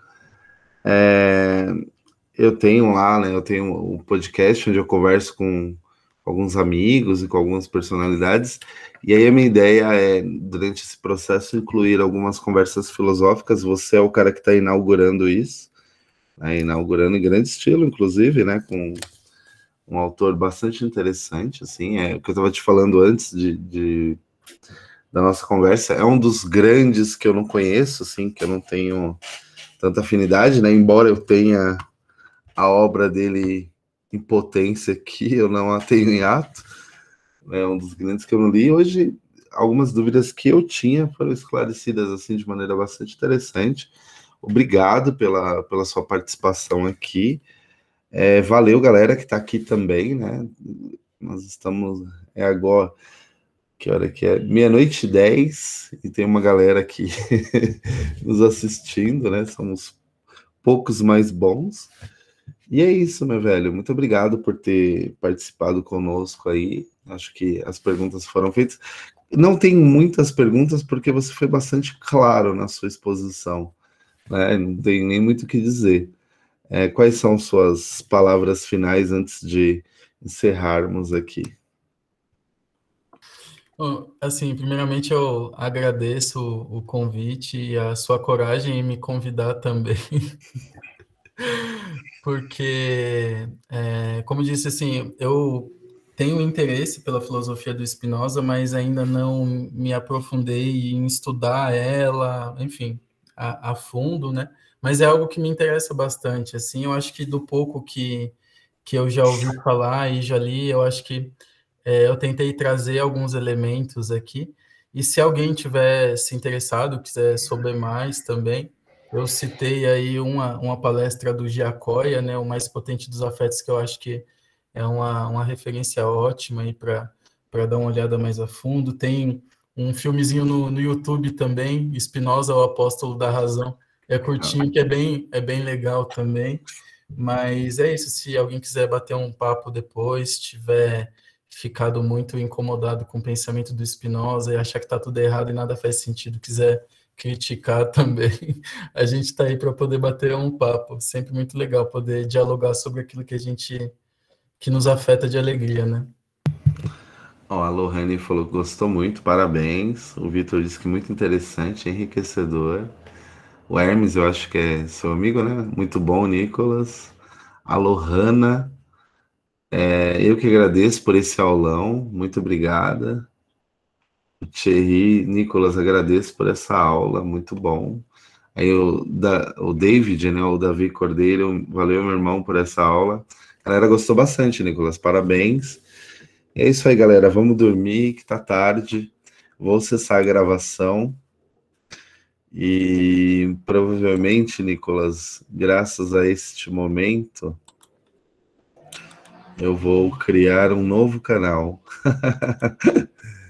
Eu tenho lá, né? Eu tenho um podcast onde eu converso com alguns amigos e com algumas personalidades. E aí a minha ideia é, durante esse processo, incluir algumas conversas filosóficas. Você é o cara que está inaugurando isso, né? Inaugurando em grande estilo, inclusive, né? Com um autor bastante interessante, assim, o que eu estava te falando antes da nossa conversa, é um dos grandes que eu não conheço, assim, que eu não tenho tanta afinidade, né, embora eu tenha a obra dele em potência aqui, eu não a tenho em ato, é um dos grandes que eu não li. Hoje, algumas dúvidas que eu tinha foram esclarecidas, assim, de maneira bastante interessante. Obrigado pela sua participação aqui. Valeu, galera, que está aqui também, né? Nós estamos. É agora. Que hora que é? 00:10 e tem uma galera aqui nos assistindo, né? Somos poucos mais bons. E é isso, meu velho. Muito obrigado por ter participado conosco aí. Acho que as perguntas foram feitas. Não tem muitas perguntas porque você foi bastante claro na sua exposição, né? Não tem nem muito o que dizer. Quais são suas palavras finais antes de encerrarmos aqui? Bom, assim, primeiramente eu agradeço o convite e a sua coragem em me convidar também, porque, como disse, assim, eu tenho interesse pela filosofia do Spinoza, mas ainda não me aprofundei em estudar ela, enfim, a fundo, né? Mas é algo que me interessa bastante, assim, eu acho que do pouco que eu já ouvi falar e já li, eu acho que eu tentei trazer alguns elementos aqui, e se alguém tiver se interessado, quiser saber mais também, eu citei aí uma palestra do Giacoia, né, o mais potente dos afetos, que eu acho que é uma referência ótima aí para dar uma olhada mais a fundo. Tem um filmezinho no YouTube também, Spinoza, o Apóstolo da Razão, é curtinho, que é bem legal também. Mas é isso, se alguém quiser bater um papo depois, tiver ficado muito incomodado com o pensamento do Spinoza e achar que está tudo errado e nada faz sentido, quiser criticar também, a gente está aí para poder bater um papo. Sempre muito legal poder dialogar sobre aquilo que nos afeta de alegria, né? Ó, a Lohane falou que gostou muito, parabéns. O Vitor disse que muito interessante, enriquecedor. O Hermes, eu acho que é seu amigo, né? Muito bom, Nicolas. A Lohana, eu que agradeço por esse aulão, muito obrigada. Thierry, Nicolas, agradeço por essa aula, muito bom. Aí o David, né, o Davi Cordeiro, valeu, meu irmão, por essa aula. A galera gostou bastante, Nicolas. Parabéns. E é isso aí, galera. Vamos dormir, que tá tarde. Vou cessar a gravação. E provavelmente, Nicolas, graças a este momento, eu vou criar um novo canal.